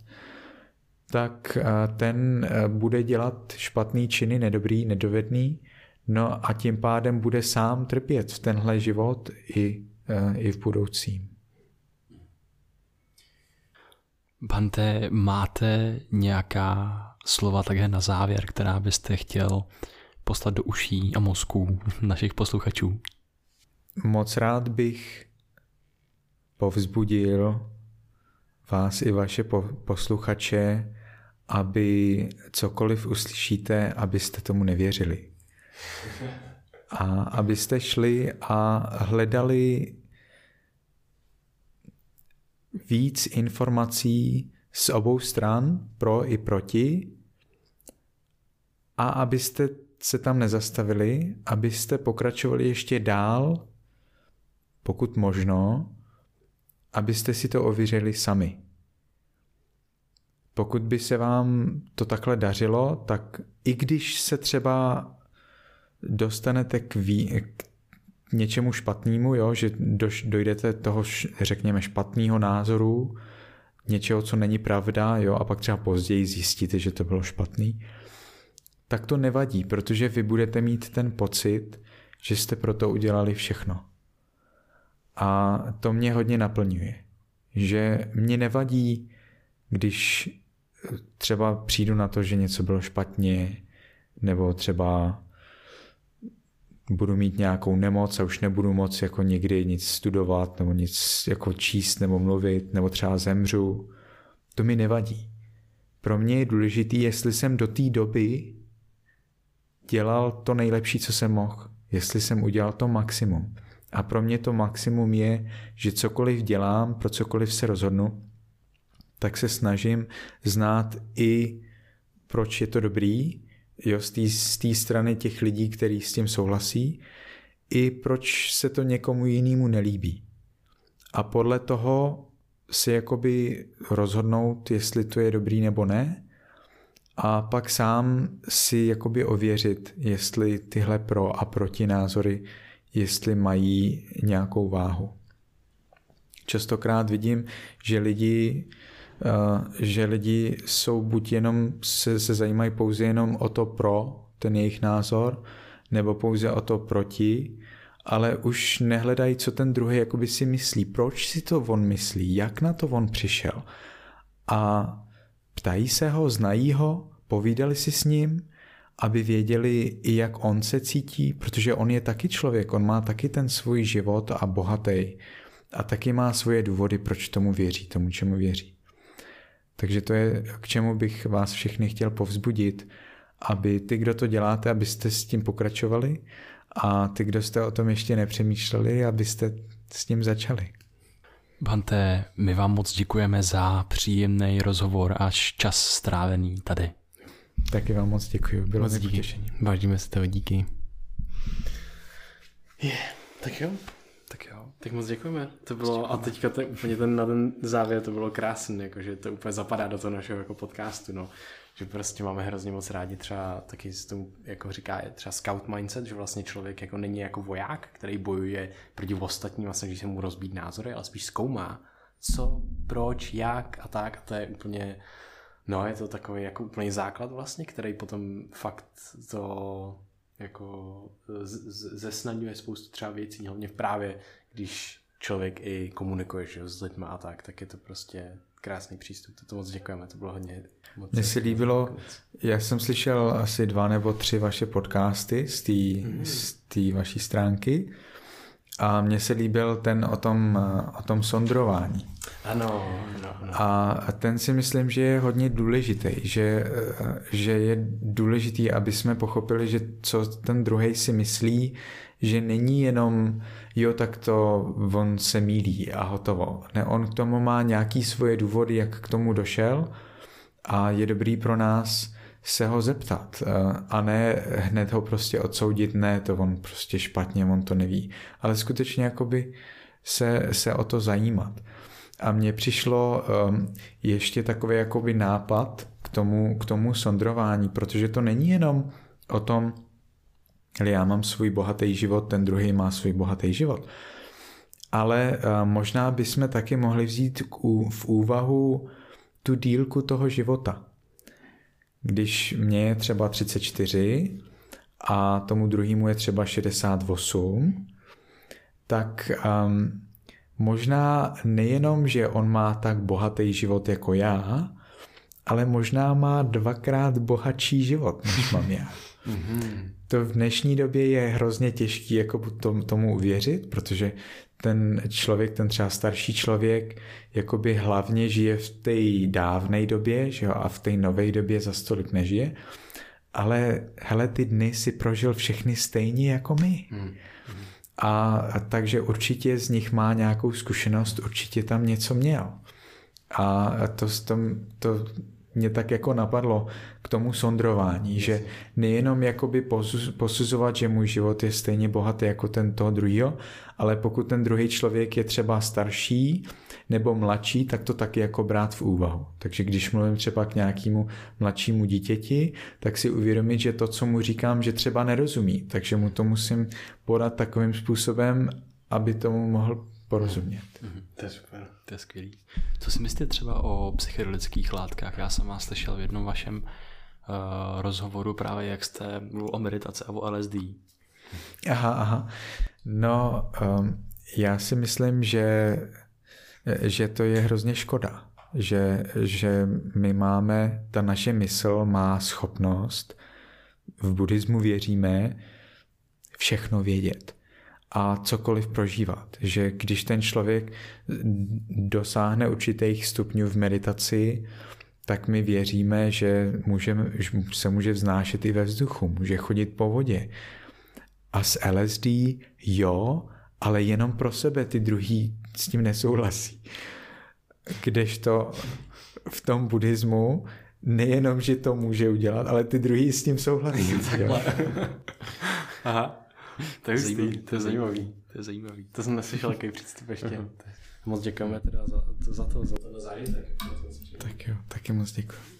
tak ten bude dělat špatný činy, nedobrý, nedovedný, no a tím pádem bude sám trpět v tenhle život i, i v budoucím. Bhante, máte nějaká slova také na závěr, která byste chtěl poslat do uší a mozků našich posluchačů? Moc rád bych povzbudil vás i vaše posluchače, aby cokoliv uslyšíte, abyste tomu nevěřili. A abyste šli a hledali víc informací z obou stran, pro i proti, a abyste se tam nezastavili, abyste pokračovali ještě dál, pokud možno, abyste si to ověřili sami. Pokud by se vám to takhle dařilo, tak i když se třeba dostanete k, ví, k něčemu špatnému, jo, že dojdete toho, řekněme, špatného názoru, něčeho, co není pravda, jo, a pak třeba později zjistíte, že to bylo špatný, tak to nevadí, protože vy budete mít ten pocit, že jste pro to udělali všechno. A to mě hodně naplňuje. Že mě nevadí, když třeba přijdu na to, že něco bylo špatně, nebo třeba budu mít nějakou nemoc a už nebudu moc jako nikdy nic studovat, nebo nic jako číst, nebo mluvit, nebo třeba zemřu. To mi nevadí. Pro mě je důležitý, jestli jsem do té doby dělal to nejlepší, co jsem mohl. Jestli jsem udělal to maximum. A pro mě to maximum je, že cokoliv dělám, pro cokoliv se rozhodnu, tak se snažím znát i proč je to dobrý, jo, z té strany těch lidí, kteří s tím souhlasí, i proč se to někomu jinému nelíbí. A podle toho si jakoby rozhodnout, jestli to je dobrý nebo ne, a pak sám si jakoby ověřit, jestli tyhle pro a proti názory, jestli mají nějakou váhu. Častokrát vidím, že lidi, uh, že lidi jsou buď jenom, se, se zajímají pouze jenom o to pro, ten jejich názor, nebo pouze o to proti, ale už nehledají, co ten druhý jakoby si myslí, proč si to on myslí, jak na to on přišel. A ptají se ho, znají ho, povídali si s ním, aby věděli i jak on se cítí, protože on je taky člověk, on má taky ten svůj život a bohatý a taky má svoje důvody, proč tomu věří, tomu čemu věří. Takže to je, k čemu bych vás všechny chtěl povzbudit, aby ty, kdo to děláte, abyste s tím pokračovali a ty, kdo jste o tom ještě nepřemýšleli, abyste s tím začali. Bante, my vám moc děkujeme za příjemný rozhovor až čas strávený tady. Taky vám moc děkuji, bylo mi potěšení. Vážíme se toho, díky. Yeah, tak jo. Tak jo. Tak moc děkujeme. To bylo, a teďka ten, úplně ten, na ten závěr to bylo krásný, jakože to úplně zapadá do toho našeho jako podcastu, no. Že prostě máme hrozně moc rádi třeba taky s tomu, jako říká třeba scout mindset, že vlastně člověk jako není jako voják, který bojuje proti ostatním a snaží se mu rozbít názory, ale spíš zkoumá, co, proč, jak a tak, a to je úplně, no je to takový jako úplný základ vlastně, který potom fakt to jako zesnadňuje spoustu třeba věcí, hlavně právě, když člověk i komunikuje, že, s lidma a tak, tak je to prostě krásný přístup. To moc děkujeme, to bylo hodně moc. Mně se líbilo, já jsem slyšel asi dva nebo tři vaše podcasty z té mm. z té vaší stránky a mně se líbil ten o tom, o tom sondrování. Ano, ano, ano. A ten si myslím, že je hodně důležitý, že, že je důležitý, aby jsme pochopili, že co ten druhej si myslí, že není jenom jo, tak to on se mýlí a hotovo. Ne, on k tomu má nějaký svoje důvody, jak k tomu došel a je dobrý pro nás se ho zeptat a ne hned ho prostě odsoudit, ne, to on prostě špatně, on to neví, ale skutečně jakoby se, se o to zajímat. A mně přišlo um, ještě takový jakoby nápad k tomu, k tomu sondrování, protože to není jenom o tom, já mám svůj bohatý život, ten druhý má svůj bohatý život. Ale uh, možná bychom taky mohli vzít k, v úvahu tu dílku toho života. Když mě je třeba třicet čtyři a tomu druhému je třeba šedesát osm, tak um, možná nejenom, že on má tak bohatý život jako já, ale možná má dvakrát bohatší život, než mám já. To v dnešní době je hrozně těžký jako tomu uvěřit, protože ten člověk, ten třeba starší člověk, jakoby hlavně žije v té dávné době, že jo, a v té nové době za stolik nežije, ale hele, ty dny si prožil všechny stejně jako my. Hmm. A, a takže určitě z nich má nějakou zkušenost, určitě tam něco měl. A to, to, to mě tak jako napadlo k tomu sondrování, že nejenom jakoby posuzovat, že můj život je stejně bohatý jako ten toho druhého, ale pokud ten druhý člověk je třeba starší nebo mladší, tak to taky jako brát v úvahu. Takže když mluvím třeba k nějakému mladšímu dítěti, tak si uvědomit, že to, co mu říkám, že třeba nerozumí, takže mu to musím podat takovým způsobem, aby tomu mohl porozumět. Mm, to je super. To je skvělý. Co si myslíte třeba o psychedelických látkách? Já jsem vás slyšel v jednom vašem uh, rozhovoru právě, jak jste mluvil o meditaci a o L S D. Aha, aha. No, um, já si myslím, že, že to je hrozně škoda. Že, že my máme, ta naše mysl má schopnost, v buddhismu věříme, všechno vědět a cokoliv prožívat. Že když ten člověk dosáhne určitých stupňů v meditaci, tak my věříme, že můžeme, se může vznášet i ve vzduchu, může chodit po vodě. A s L S D jo, ale jenom pro sebe, ty druhý s tím nesouhlasí. Kdežto v tom buddhismu nejenom, že to může udělat, ale ty druhý s tím souhlasí. Aha. To je zajímavý. To je zajímavý. To je zajímavý. To jsem neslyšel takový přístup ještě. Moc děkujeme teda za, za to, za ten zážitek. Tak jo, taky moc děkuji.